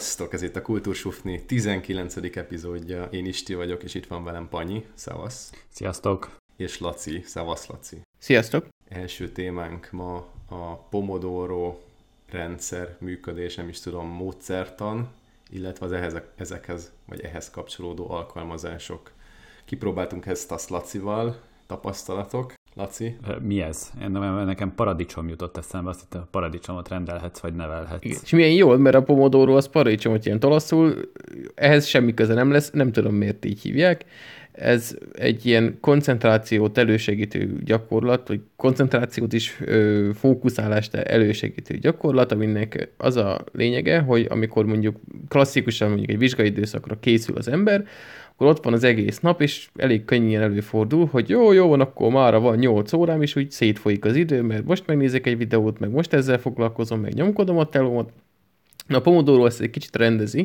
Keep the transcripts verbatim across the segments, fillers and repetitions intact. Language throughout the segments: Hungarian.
Sziasztok! Ez itt a Kultúrsufni tizenkilencedik epizódja. Én Isti vagyok, és itt van velem Panyi. Szevasz! Sziasztok! És Laci. Szevasz, Laci! Sziasztok! Első témánk ma a Pomodoro rendszer működés, nem is tudom, módszertan, illetve az ehhez, ezekhez, vagy ehhez kapcsolódó alkalmazások. Kipróbáltunk ezt azt Lacival, tapasztalatok. Laci? Mi ez? Én, nekem paradicsom jutott eszembe, azt itt a paradicsomot rendelhetsz, vagy nevelhetsz. Igen. És milyen jól, mert a Pomodoro az paradicsomot jelent olaszul, ehhez semmi köze nem lesz, nem tudom miért így hívják. Ez egy ilyen koncentrációt elősegítő gyakorlat, vagy koncentrációt is ö, fókuszálást elősegítő gyakorlat, aminek az a lényege, hogy amikor mondjuk klasszikusan mondjuk egy vizsgai időszakra készül az ember, akkor ott van az egész nap, és elég könnyen előfordul, hogy jó, jó van, akkor mára van nyolc órám, és úgy szétfolyik az idő, mert most megnézek egy videót, meg most ezzel foglalkozom, meg nyomkodom a telómat. A Pomodoro ezt egy kicsit rendezi,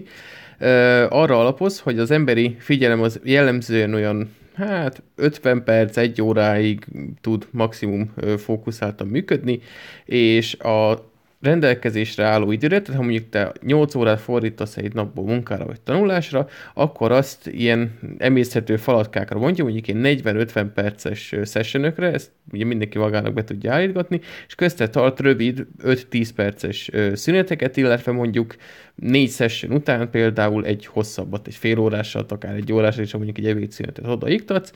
arra alapoz, hogy az emberi figyelem az jellemzően olyan, hát ötven perc, egy óráig tud maximum fókuszáltan működni, és a rendelkezésre álló időre, tehát ha mondjuk te nyolc órát fordítasz egy napból munkára vagy tanulásra, akkor azt ilyen emészhető falatkákra mondja, mondjuk ilyen negyven-ötven perces sessionökre, ezt ugye mindenki magának be tudja állítgatni, és közte tart rövid öt-tíz perces szüneteket, illetve mondjuk négy session után például egy hosszabbat, egy fél órásat, akár egy órásra, és mondjuk egy ebédszünetet odaiktatsz,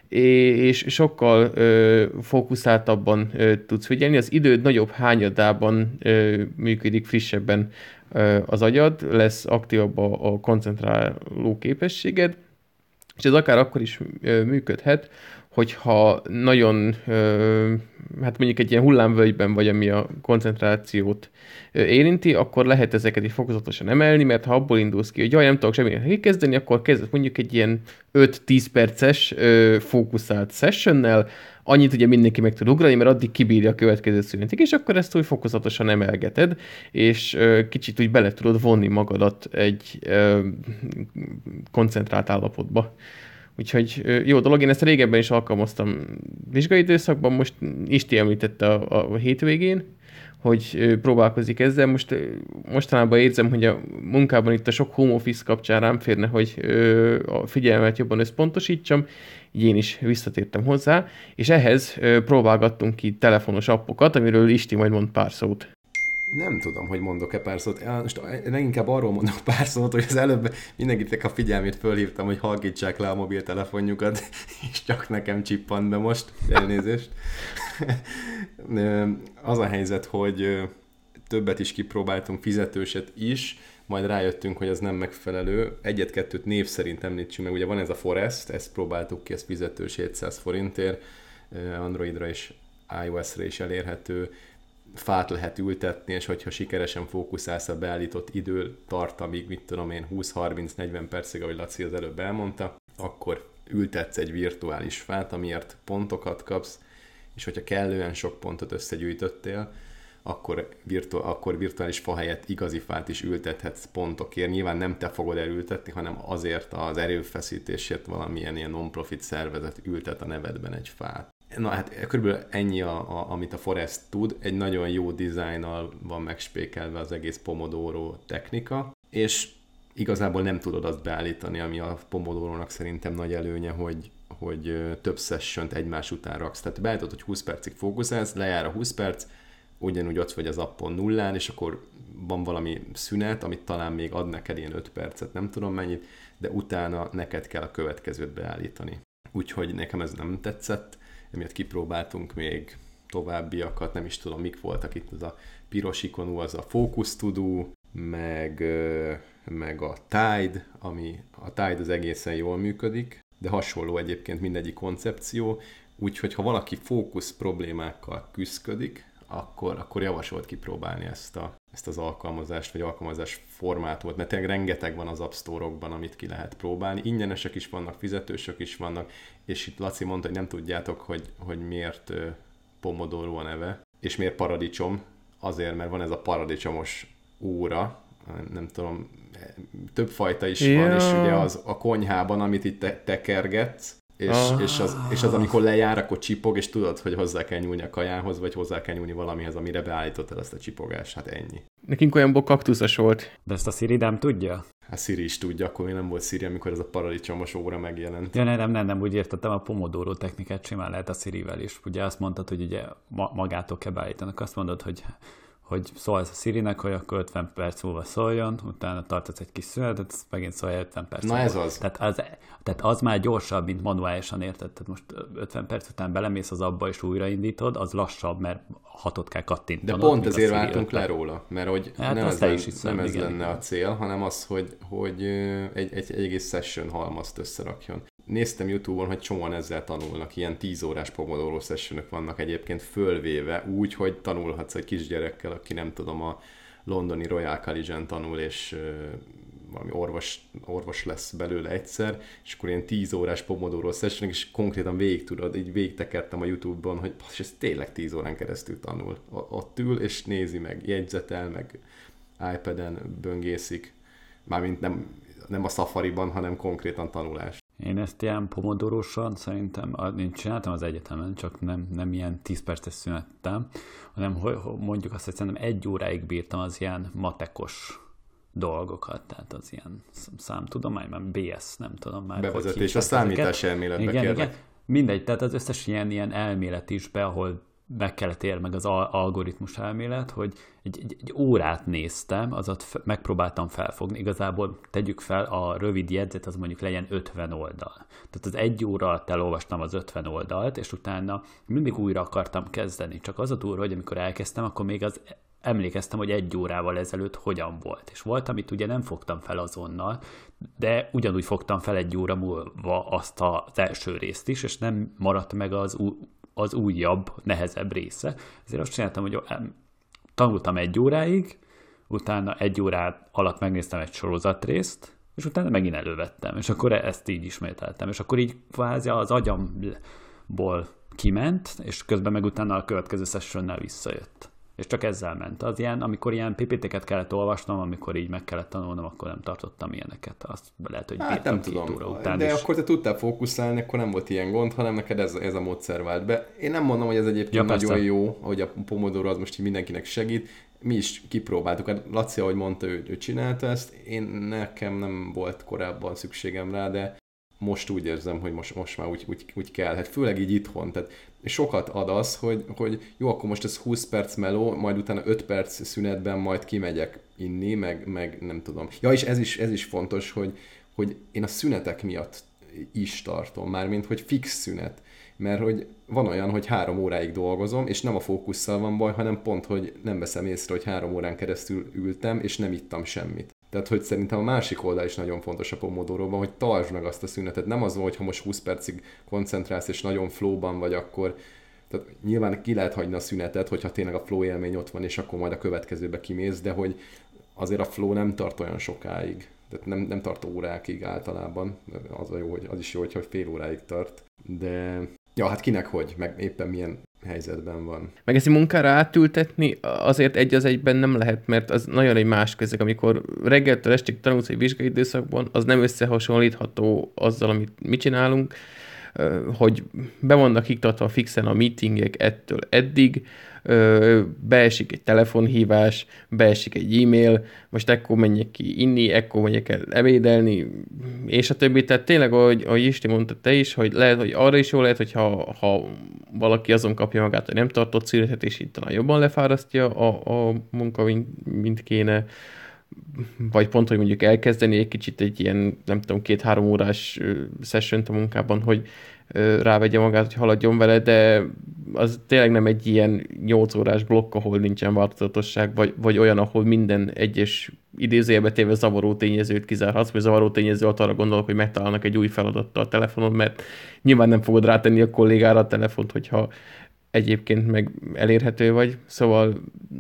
és sokkal ö, fókuszáltabban ö, tudsz figyelni. Az időd nagyobb hányadában ö, működik frissebben ö, az agyad, lesz aktívabb a, a koncentráló képességed, és ez akár akkor is ö, működhet, hogyha nagyon, ö, hát mondjuk egy ilyen hullámvölgyben vagy, ami a koncentrációt ö, érinti, akkor lehet ezeket is fokozatosan emelni, mert ha abból indulsz ki, hogy jaj, nem tudok semmit kezdeni, akkor kezdett mondjuk egy ilyen öt-tíz perces ö, fókuszált sessionnel, annyit ugye mindenki meg tud ugrani, mert addig kibírja a következő szünetig, és akkor ezt úgy fokozatosan emelgeted, és ö, kicsit úgy bele tudod vonni magadat egy ö, koncentrált állapotba. Úgyhogy jó dolog, én ezt régebben is alkalmaztam vizsgai időszakban, most Isti említette a, a hétvégén, hogy próbálkozik ezzel. Most mostanában érzem, hogy a munkában itt a sok home office kapcsán rám férne, hogy a figyelmet jobban összpontosítsam, így én is visszatértem hozzá, és ehhez próbálgattunk ki telefonos appokat, amiről Isti majd mond pár szót. Nem tudom, hogy mondok-e pár szót. Most leginkább arról mondok pár szót, hogy az előbb mindenkinek a figyelmét fölhívtam, hogy halkítsák le a mobiltelefonjukat, és csak nekem csippant be most. Elnézést. Az a helyzet, hogy többet is kipróbáltunk, fizetőset is, majd rájöttünk, hogy az nem megfelelő. Egyet-kettőt név szerint említsünk meg. Ugye van ez a Forest, ezt próbáltuk ki, ez fizetős hétszáz forintért, Androidra és iOS-re is elérhető. Fát lehet ültetni, és hogyha sikeresen fókuszálsz a beállított idő tartamig, mit tudom én, húsz-harminc-negyven percig, ahogy Laci az előbb elmondta, akkor ültetsz egy virtuális fát, amiért pontokat kapsz, és hogyha kellően sok pontot összegyűjtöttél, akkor, virtu- akkor virtuális fa helyett igazi fát is ültethetsz pontokért. Nyilván nem te fogod elültetni, hanem azért az erőfeszítésért valamilyen ilyen non-profit szervezet ültet a nevedben egy fát. Na hát körülbelül ennyi, a, a, amit a Forest tud, egy nagyon jó dizájnnal van megspékelve az egész Pomodoro technika, és igazából nem tudod azt beállítani, ami a Pomodorónak szerintem nagy előnye, hogy, hogy több sessiont egymás után raksz. Tehát beállítod, hogy húsz percig fókuszálsz, lejár a húsz perc, ugyanúgy ott vagy az appon nullán, és akkor van valami szünet, amit talán még ad neked ilyen öt percet, nem tudom mennyit, de utána neked kell a következőt beállítani. Úgyhogy nekem ez nem tetszett, emiatt kipróbáltunk még továbbiakat, nem is tudom, mik voltak itt, az a piros ikonú, az a Focus To Do, meg, meg a Tide, ami a Tide az egészen jól működik, de hasonló egyébként mindegyik koncepció, úgyhogy ha valaki fókusz problémákkal küszködik, akkor, akkor javasolt kipróbálni ezt, a, ezt az alkalmazást, vagy alkalmazás formátumot, mert tényleg rengeteg van az App Store-okban, amit ki lehet próbálni. Ingyenesek is vannak, fizetősök is vannak, és itt Laci mondta, hogy nem tudjátok, hogy, hogy miért Pomodoro a neve, és miért paradicsom. Azért, mert van ez a paradicsomos óra, nem tudom, több fajta is ja. van, és ugye az a konyhában, amit itt te- tekergetsz, És, ah. és, az, és az, amikor lejár, akkor csipog, és tudod, hogy hozzá kell nyúlni a kajához, vagy hozzá kell nyúlni valamihez, amire beállítottad ezt a csipogást. Hát ennyi. Nekünk olyanból kaktuszos volt. De ezt a Siri nem tudja? Hát Siri is tudja, akkor még nem volt Siri, amikor ez a paradicsomos óra megjelent. Ja, nem, nem, nem, nem, úgy értettem, a Pomodoro technikát simán lehet a Sirivel is. Ugye azt mondtad, hogy ugye magától kell beállítanak. Azt mondod, hogy hogy szólsz a Sirinek, hogy akkor ötven perc múlva szóljon, utána tartasz egy kis szünetet, megint szólja ötven perc. Na ez az. Tehát az, tehát az már gyorsabb, mint manuálisan, érted? Tehát most ötven perc után belemész az abba és újraindítod, az lassabb, mert hatot kell kattintanod. De pont ezért váltunk le róla, mert hogy hát nem ez, len, hiszem, nem ez igen, lenne igen. a cél, hanem az, hogy, hogy egy, egy, egy egész session halmazt összerakjon. Néztem YouTube-on, hogy csomóan ezzel tanulnak, ilyen tíz órás Pomodoro sessionök vannak egyébként fölvéve, úgy, hogy tanulhatsz egy kisgyerekkel, aki nem tudom, a londoni Royal College-en tanul, és uh, valami orvos, orvos lesz belőle egyszer, és akkor ilyen tíz órás Pomodoro sessionök, és konkrétan végig tudod, így végigtekertem a YouTube-on, hogy basz, ez tényleg tíz órán keresztül tanul. Ott ül, és nézi meg, jegyzetel, meg iPad-en böngészik, mármint nem, nem a Safari-ban, hanem konkrétan tanulás. Én ezt ilyen pomodorosan szerintem, én csináltam az egyetemen, csak nem, nem ilyen tíz perces szünettem, hanem mondjuk azt, hogy szerintem egy óráig bírtam az ilyen matekos dolgokat, tehát az ilyen számtudomány, már bé es, nem tudom már. Bevezetés a számítás elméletbe igen, kérlek. Igen. Mindegy, tehát az összes ilyen, ilyen elmélet is be, ahol meg kellett ér meg az algoritmus elmélet, hogy egy, egy, egy órát néztem, azat f- megpróbáltam felfogni. Igazából tegyük fel, a rövid jegyzet az mondjuk legyen ötven oldal. Tehát az egy óra alatt elolvastam az ötven oldalt, és utána mindig újra akartam kezdeni. Csak az a durva, hogy amikor elkezdtem, akkor még az emlékeztem, hogy egy órával ezelőtt hogyan volt. És volt, amit ugye nem fogtam fel azonnal, de ugyanúgy fogtam fel egy óra múlva azt az első részt is, és nem maradt meg az az újabb, nehezebb része. Ezért azt csináltam, hogy tanultam egy óráig, utána egy órá alatt megnéztem egy sorozatrészt, és utána megint elővettem, és akkor ezt így ismételtem, és akkor így kvázi az agyamból kiment, és közben meg utána a következő sessionnel visszajött. És csak ezzel ment. Az ilyen, amikor ilyen pé pé té-ket kellett olvasnom, amikor így meg kellett tanulnom, akkor nem tartottam ilyeneket. Azt lehet, hogy hát nem tudom, óra után de is. Akkor te tudtál fókuszálni, akkor nem volt ilyen gond, hanem neked ez, ez a módszer vált be. Én nem mondom, hogy ez egyébként ja, nagyon persze. jó, hogy a Pomodoro az most így mindenkinek segít. Mi is kipróbáltuk. Hát Laci, ahogy mondta, ő, ő csinálta ezt. Én nekem nem volt korábban szükségem rá, de most úgy érzem, hogy most, most már úgy, úgy, úgy kell. Hát főleg így itthon. Tehát sokat ad az, hogy, hogy jó, akkor most ez húsz perc meló, majd utána öt perc szünetben majd kimegyek inni, meg, meg nem tudom. Ja, és ez is, ez is fontos, hogy, hogy én a szünetek miatt is tartom, mármint, hogy fix szünet. Mert hogy van olyan, hogy három óráig dolgozom, és nem a fókusszal van baj, hanem pont, hogy nem veszem észre, hogy három órán keresztül ültem, és nem ittam semmit. Tehát, hogy szerintem a másik oldal is nagyon fontos a Pomodoróban, hogy tartsd meg azt a szünetet. Nem az van, hogy ha most húsz percig koncentrálsz, és nagyon flowban vagy, akkor tehát nyilván ki lehet hagyni a szünetet, hogyha tényleg a flow élmény ott van, és akkor majd a következőbe kimész, de hogy azért a flow nem tart olyan sokáig. Tehát nem, nem tart órákig általában. Az, a jó, hogy, az is jó, hogy fél óráig tart. De ja, hát kinek hogy, meg éppen milyen helyzetben van. Meg ezt munkára átültetni azért egy az egyben nem lehet, mert az nagyon egy más közeg. Amikor reggeltől estig tanulsz egy vizsgai időszakban, az nem összehasonlítható azzal, amit mi csinálunk, hogy be vannak iktatva fixen a meetingek ettől eddig, beesik egy telefonhívás, beesik egy e-mail, most ekkor menjek ki inni, ekkor menjek el ebédelni, és a többi. Tehát tényleg, ahogy, ahogy Isti mondta te is, hogy lehet, hogy arra is jó lehet, hogyha ha valaki azon kapja magát, hogy nem tartott szünetet, és így talán jobban lefárasztja a, a munka, mint, mint kéne, vagy pont, hogy mondjuk elkezdeni egy kicsit egy ilyen, nem tudom, két-három órás sessiont a munkában, hogy rávegye magát, hogy haladjon vele, de az tényleg nem egy ilyen nyolc órás blokk, ahol nincsen változatosság, vagy, vagy olyan, ahol minden egyes idézőjelbe téve zavaró tényezőt kizárhatsz, vagy zavaró tényező alatt arra gondolok, hogy megtalálnak egy új feladattal a telefonon, mert nyilván nem fogod rátenni a kollégára a telefont, hogyha egyébként meg elérhető vagy, szóval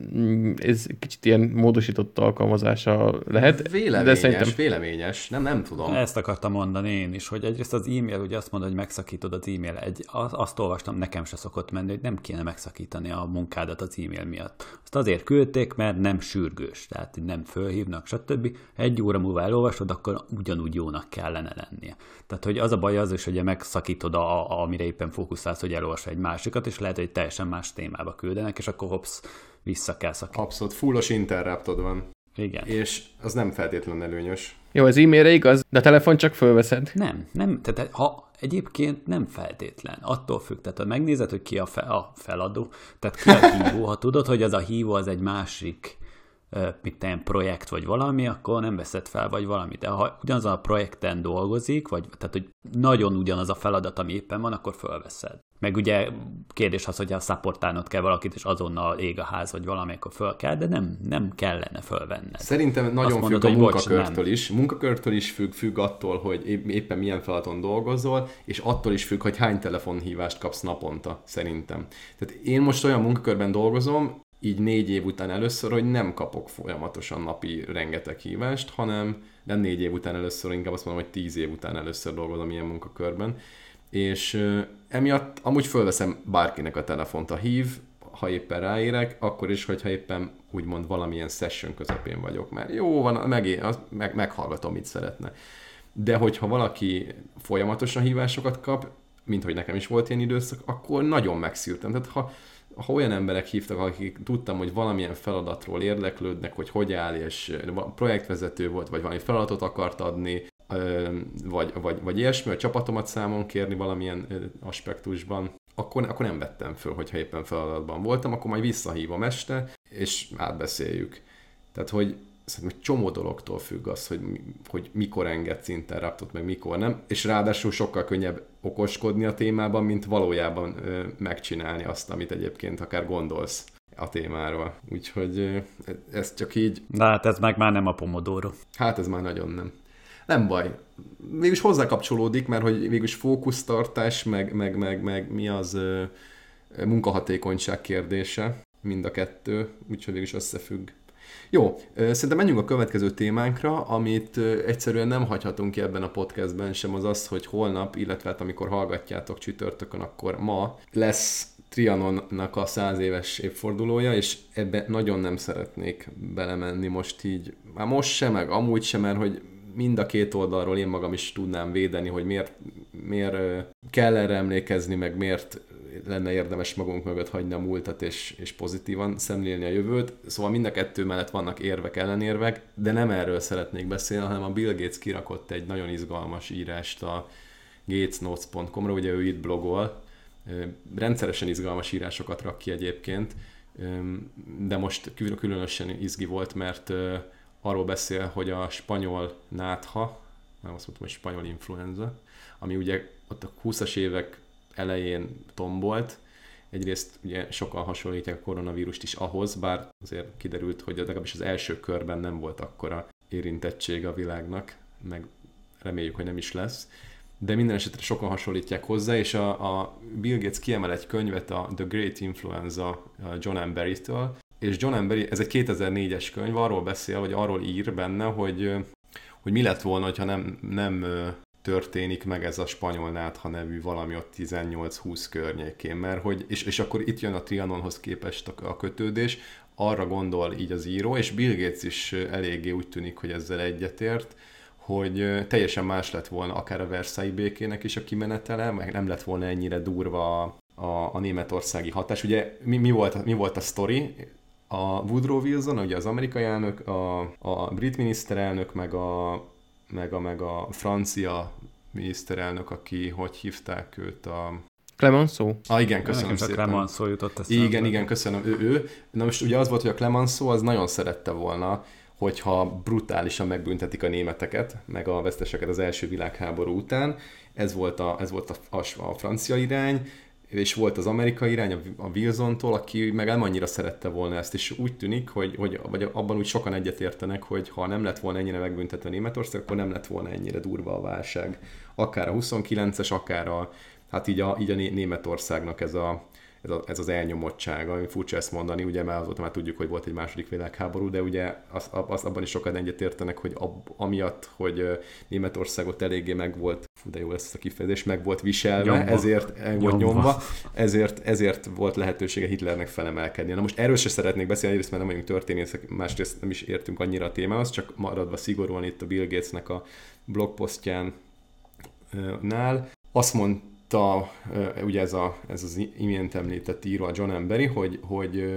ez kicsit ilyen módosított alkalmazása lehet. Véleményes, de szerintem... véleményes, nem, nem tudom. Ezt akartam mondani én is, hogy egyrészt az e-mail, ugye azt mondod, hogy megszakítod az e-mail, egy, azt olvastam, nekem se szokott menni, hogy nem kéne megszakítani a munkádat az e-mail miatt. Azt azért küldték, mert nem sürgős, tehát nem fölhívnak, stb. Egy óra múlva elolvasod, akkor ugyanúgy jónak kellene lennie. Tehát, hogy az a baj az is, hogy megszakítod, a, a, amire éppen fókuszálsz, hogy elolvasd egy másikat, és lehet, hogy teljesen más témába küldenek, és akkor hopsz, vissza kell szakítani. Abszolút, fullos interruptod van. Igen. És az nem feltétlenül előnyös. Jó, az e-mailre igaz, de a telefon csak fölveszed. Nem, nem, tehát ha egyébként nem feltétlen, attól függ, tehát ha megnézed, hogy ki a, fe, a feladó, tehát ki a hívó, ha tudod, hogy az a hívó az egy másik mit tenni, projekt vagy valami, akkor nem veszed fel, vagy valami. De ha ugyanaz a projekten dolgozik, vagy tehát, hogy nagyon ugyanaz a feladat, ami éppen van, akkor fölveszed. Meg ugye kérdés az, hogy ha szapportálnod kell valakit, és azonnal ég a ház, vagy valami, akkor föl kell, de nem, nem kellene fölvenned. Szerintem nagyon mondod, függ a hogy munkakörtől is. Munkakörtől is függ, függ attól, hogy éppen milyen feladaton dolgozol, és attól is függ, hogy hány telefonhívást kapsz naponta, szerintem. Tehát én most olyan munkakörben dolgozom, így négy év után először, hogy nem kapok folyamatosan napi rengeteg hívást, hanem nem négy év után először, inkább azt mondom, hogy tíz év után először dolgozom ilyen munkakörben. És uh, emiatt amúgy fölveszem bárkinek a telefont, a hív, ha éppen ráérek, akkor is, hogyha éppen úgymond valamilyen session közepén vagyok, mert jó van, meg, meg, meghallgatom, mit szeretne. De hogyha valaki folyamatosan hívásokat kap, mint hogy nekem is volt ilyen időszak, akkor nagyon megszűrtem. Tehát ha ha olyan emberek hívtak, akik tudtam, hogy valamilyen feladatról érdeklődnek, hogy hogy áll, és projektvezető volt, vagy valami feladatot akart adni, vagy, vagy, vagy ilyesmi, a csapatomat számon kérni valamilyen aspektusban, akkor, akkor nem vettem föl, hogyha éppen feladatban voltam, akkor majd visszahívom este, és átbeszéljük. Tehát, hogy szerintem egy csomó dologtól függ az, hogy, hogy mikor engedsz interruptot, meg mikor nem, és ráadásul sokkal könnyebb okoskodni a témában, mint valójában ö, megcsinálni azt, amit egyébként akár gondolsz a témáról. Úgyhogy ö, ez csak így... De hát ez meg már nem a Pomodoro. Hát ez már nagyon nem. Nem baj. Végülis hozzákapcsolódik, mert hogy végülis fókusztartás, meg, meg, meg, meg mi az ö, munkahatékonyság kérdése, mind a kettő, úgyhogy végülis összefügg. Jó, szerintem menjünk a következő témánkra, amit egyszerűen nem hagyhatunk ki ebben a podcastben sem, az az, hogy holnap, illetve hát amikor hallgatjátok csütörtökön, akkor ma lesz Trianonnak a száz éves évfordulója, és ebbe nagyon nem szeretnék belemenni most így, már most sem, meg amúgy sem, mert hogy mind a két oldalról én magam is tudnám védeni, hogy miért, miért kell erre emlékezni, meg miért lenne érdemes magunk mögött hagyni a múltat és, és pozitívan szemlélni a jövőt. Szóval mind a kettő mellett vannak érvek, ellenérvek, de nem erről szeretnék beszélni, hanem a Bill Gates kirakott egy nagyon izgalmas írást a gatesnotes pont com-ra, ugye ő itt blogol. Rendszeresen izgalmas írásokat rak ki egyébként, de most különösen izgi volt, mert arról beszél, hogy a spanyol nátha, nem azt mondtam, hogy spanyol influenza, ami ugye ott a húszas évek elején tombolt. Egyrészt ugye sokan hasonlítják a koronavírust is ahhoz, bár azért kiderült, hogy legalábbis az első körben nem volt akkora érintettség a világnak, meg reméljük, hogy nem is lesz. De minden esetre sokan hasonlítják hozzá, és a, a Bill Gates kiemel egy könyvet, a The Great Influenza John M. Barry-től, és John M. Barry, ez egy kétezer-négyes könyv, arról beszél, vagy arról ír benne, hogy, hogy mi lett volna, ha nem, nem történik meg ez a spanyol nátha nevű valami ott tizennyolc-húsz környékén, mert hogy, és, és akkor itt jön a Trianonhoz képest a, a kötődés, arra gondol így az író, és Bill Gates is eléggé úgy tűnik, hogy ezzel egyetért, hogy teljesen más lett volna akár a Versailles békének is a kimenetele, meg nem lett volna ennyire durva a, a, a németországi hatás. Ugye mi, mi, volt, mi volt a sztori? A Woodrow Wilson, ugye az amerikai elnök, a, a brit miniszterelnök, meg a, meg, a, meg a francia miniszterelnök, aki, hogy hívták őt, a... Clemenceau? Ah, igen, köszönöm Nekem szépen. Clemenceau jutott ezt. Igen, igen, köszönöm. Ő, ő. Na most ugye az volt, hogy a Clemenceau az nagyon szerette volna, hogyha brutálisan megbüntetik a németeket, meg a veszteseket az első világháború után. Ez volt a, ez volt a, a, a francia irány, és volt az amerikai irány a Wilsontól, aki meg nem annyira szerette volna ezt, és úgy tűnik, hogy, hogy vagy abban úgy sokan egyetértenek, hogy ha nem lett volna ennyire megbüntetve Németország, akkor nem lett volna ennyire durva a válság. Akár a huszonkilences, akár a, hát így a, így a Németországnak ez a, ez, a, ez az elnyomottsága, ami furcsa ezt mondani, ugye már azóta már tudjuk, hogy volt egy második világháború, de ugye az, az, abban is sokan egyetértenek, hogy ab, amiatt, hogy Németországot eléggé meg volt, fú, de jó lesz ez a kifejezés, meg volt viselve, nyomva. ezért nyomva. volt nyomva, ezért, ezért volt lehetősége Hitlernek felemelkedni. Na most erről se szeretnék beszélni, egyrészt mert nem vagyunk történészek, másrészt nem is értünk annyira a témához, csak maradva szigorúan itt a Bill Gatesnek a blogposztján nál. Azt mondta, ugye ez, a, ez az imént említett író, a John Embery, hogy, hogy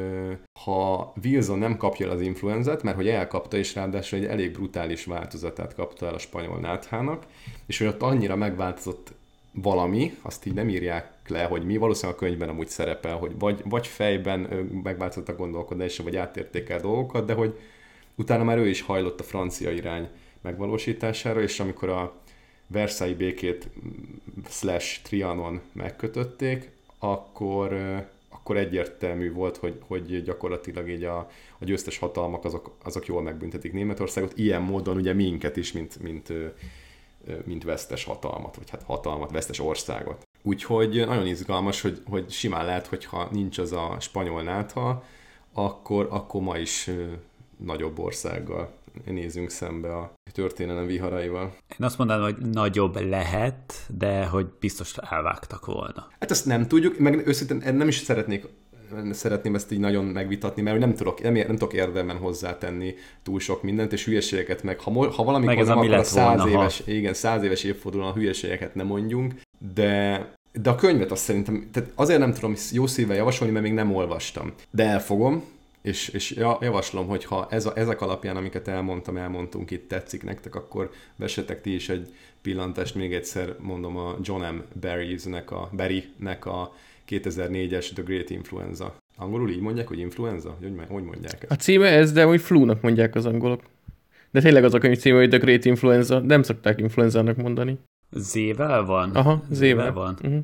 ha Wilson nem kapja el az influenzát, mert hogy elkapta, és ráadásul egy elég brutális változatát kapta el a spanyol náthának, és hogy ott annyira megváltozott valami, azt így nem írják le, hogy mi, valószínűleg a könyvben amúgy szerepel, hogy vagy, vagy fejben megváltozott a gondolkodása, vagy átértékel dolgokat, de hogy utána már ő is hajlott a francia irány megvalósítására, és amikor a Versailles békét slash Trianon megkötötték, akkor, akkor egyértelmű volt, hogy, hogy gyakorlatilag így a, a győztes hatalmak azok, azok jól megbüntetik Németországot, ilyen módon ugye minket is, mint, mint, mint vesztes hatalmat, vagy hát hatalmat, vesztes országot. Úgyhogy nagyon izgalmas, hogy, hogy simán lehet, hogyha nincs az a spanyol nátha, akkor, akkor ma is nagyobb országgal nézzünk szembe a történelem viharaival. Én azt mondanám, hogy nagyobb lehet, de hogy biztos elvágtak volna. Hát ezt nem tudjuk, meg őszintén nem is szeretnék, szeretném ezt így nagyon megvitatni, mert nem tudok, nem, nem tudok érdemben hozzátenni túl sok mindent, és hülyeségeket meg, ha, ha valamikor meg nem, akkor a száz volna, éves, ha... igen, száz éves évfordulón a hülyeségeket nem mondjunk, de de a könyvet azt szerintem, tehát azért nem tudom jó szívvel javasolni, mert még nem olvastam. De elfogom, és, és javaslom, hogy ha ez a, ezek alapján, amiket elmondtam, elmondtunk itt, tetszik nektek, akkor vessetek ti is egy pillantást, még egyszer mondom a John M. Barry's-nek a, Barry-nek a kétezer-négyes The Great Influenza. Angolul így mondják, hogy influenza? Hogy, hogy mondják ezt? A címe ez, de úgy flu-nak mondják az angolok. De tényleg az a könyv címe, hogy The Great Influenza. Nem szokták influenzának mondani. Z-vel van? Aha, Z-vel van. Uh-huh.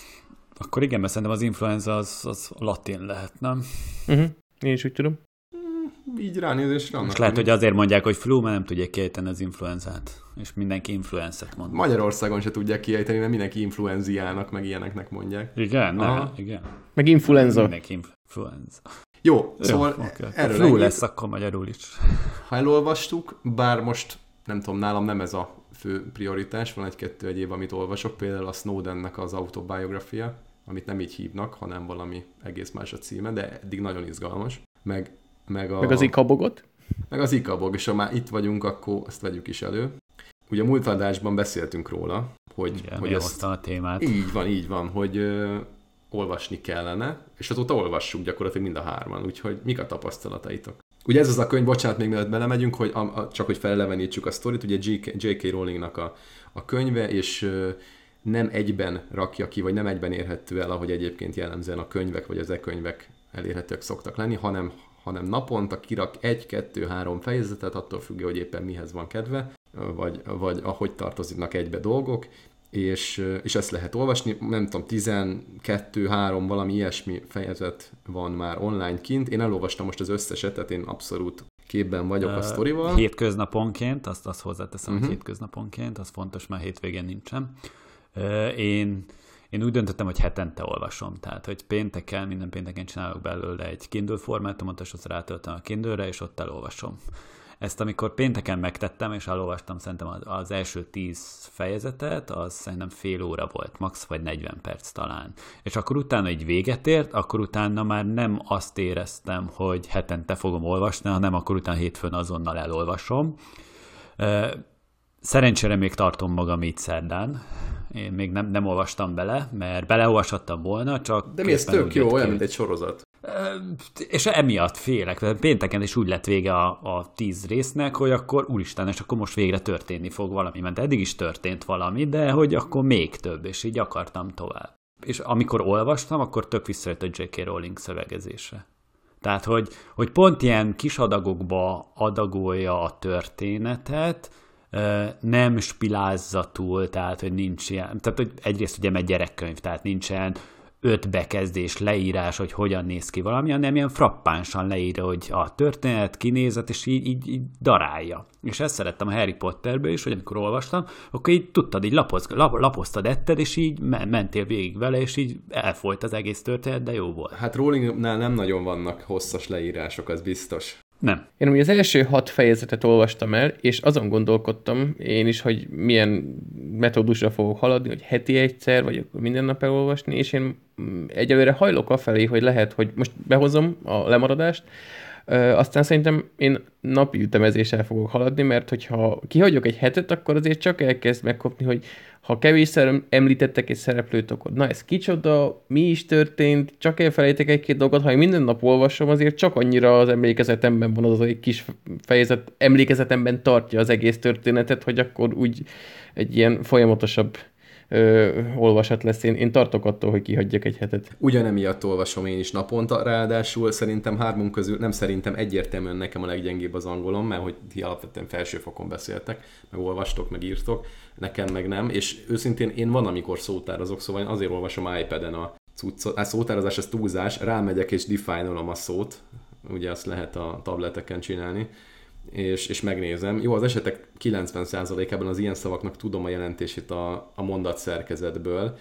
Akkor igen, mert szerintem az influenza az, az latin lehet, nem? Uh-huh. Én is úgy tudom. Mm, így ránézésre annak. És lehet, hogy azért mondják, hogy flu, mert nem tudják kiejteni az influenzát. És mindenki influenzát mond. Magyarországon se tudják kiejteni, mert mindenki influenziának, meg ilyeneknek mondják. Igen, ne, igen. Meg influenza. Mindenki influenza. Jó, szóval Jó, okay. erről flu lesz akkor magyarul is. Ha elolvastuk, bár most nem tudom, nálam nem ez a fő prioritás, van egy-kettő egyéb, amit olvasok, például a Snowdennek az autobiografia, amit nem így hívnak, hanem valami egész más a címe, de eddig nagyon izgalmas. Meg, meg, a, meg az ikabogot? Meg az ikabog, és ha már itt vagyunk, akkor ezt vegyük is elő. Ugye a múlt adásban beszéltünk róla, hogy... Igen, hogy ezt, a témát. Így van, így van, hogy ö, olvasni kellene, és azóta olvassuk gyakorlatilag mind a hárman, úgyhogy mik a tapasztalataitok? Ugye ez az a könyv, bocsánat, még mielőtt belemegyünk, hogy a, a, csak hogy felelevenítsük a sztorit, ugye J K. Rowlingnak a, a könyve, és ö, nem egyben rakja ki, vagy nem egyben érhető el, ahogy egyébként jellemzően a könyvek, vagy az e-könyvek elérhetőek szoktak lenni, hanem, hanem naponta kirak egy, kettő, három fejezetet, attól függő, hogy éppen mihez van kedve, vagy, vagy ahogy tartoznak egybe dolgok, és, és ezt lehet olvasni, nem tudom, tizenkettő, három, valami ilyesmi fejezet van már online kint. Én elolvastam most az összeset, tehát én abszolút képben vagyok uh, a sztorival. Hétköznaponként, azt, azt hozzáteszem, uh-huh. hogy hétköznaponként, az fontos, mert hétvégén nincsen. Uh, én, én úgy döntöttem, hogy hetente olvasom, tehát hogy pénteken, minden pénteken csinálok belőle egy Kindle formátumot, és azt rátöltem a Kindle-re, és ott elolvasom. Ezt amikor pénteken megtettem, és elolvastam szerintem az első tíz fejezetet, az szerintem fél óra volt, max. Vagy negyven perc talán. És akkor utána egy véget ért, akkor utána már nem azt éreztem, hogy hetente fogom olvasni, hanem akkor utána hétfőn azonnal elolvasom. Szerencsére még tartom magam így szerdán. Én még nem, nem olvastam bele, mert beleolvashattam volna, csak... De mi ez tök jó, olyan, mint egy sorozat. És emiatt félek. Pénteken is úgy lett vége a, a tíz résznek, hogy akkor úristen, és akkor most végre történni fog valami. Mert eddig is történt valami, de hogy akkor még több, és így akartam tovább. És amikor olvastam, akkor tök visszajött a J K. Rowling szövegezése. Tehát, hogy, hogy pont ilyen kis adagokba adagolja a történetet, nem spilázza túl, tehát, hogy nincs ilyen, tehát, hogy egyrészt ugye egy gyerekkönyv, tehát nincsen öt bekezdés, leírás, hogy hogyan néz ki valami, hanem ilyen frappánsan leírja, hogy a történet, kinézet, és így, így, így darálja. És ezt szerettem a Harry Potterből is, hogy amikor olvastam, akkor így tudtad, így lapoz, lap, lapoztad etted, és így mentél végig vele, és így elfolyt az egész történet, de jó volt. Hát Rowlingnál nem nagyon vannak hosszas leírások, az biztos. Nem. Én ugye az első hat fejezetet olvastam el, és azon gondolkodtam én is, hogy milyen metódusra fogok haladni, hogy heti egyszer, vagy akkor minden nap elolvasni, és én egyelőre hajlok afelé, hogy lehet, hogy most behozom a lemaradást, aztán szerintem én napi ütemezéssel fogok haladni, mert hogyha kihagyok egy hetet, akkor azért csak elkezd megkopni, hogy ha kevésszer említettek egy szereplőt, akkor na ez kicsoda, mi is történt, csak elfelejtek egy-két dolgot, ha én minden nap olvasom, azért csak annyira az emlékezetemben van, az egy kis fejezet emlékezetemben tartja az egész történetet, hogy akkor úgy egy ilyen folyamatosabb Ö, olvasat lesz. Én, én tartok attól, hogy kihagyjak egy hetet. Ugyanemiatt olvasom én is naponta, ráadásul szerintem hármunk közül, nem szerintem egyértelműen nekem a leggyengébb az angolom, mert hogy ti alapvetően felsőfokon beszéltek, meg olvastok, meg írtok, nekem meg nem, és őszintén én van, amikor szótározok, szóval én azért olvasom iPad-en a cuccot, a szótározás az túlzás, rámegyek és define-olom a szót, ugye azt lehet a tableteken csinálni, És, és megnézem. Jó, az esetek kilencven százalékában az ilyen szavaknak tudom a jelentését a, a mondat szerkezetből,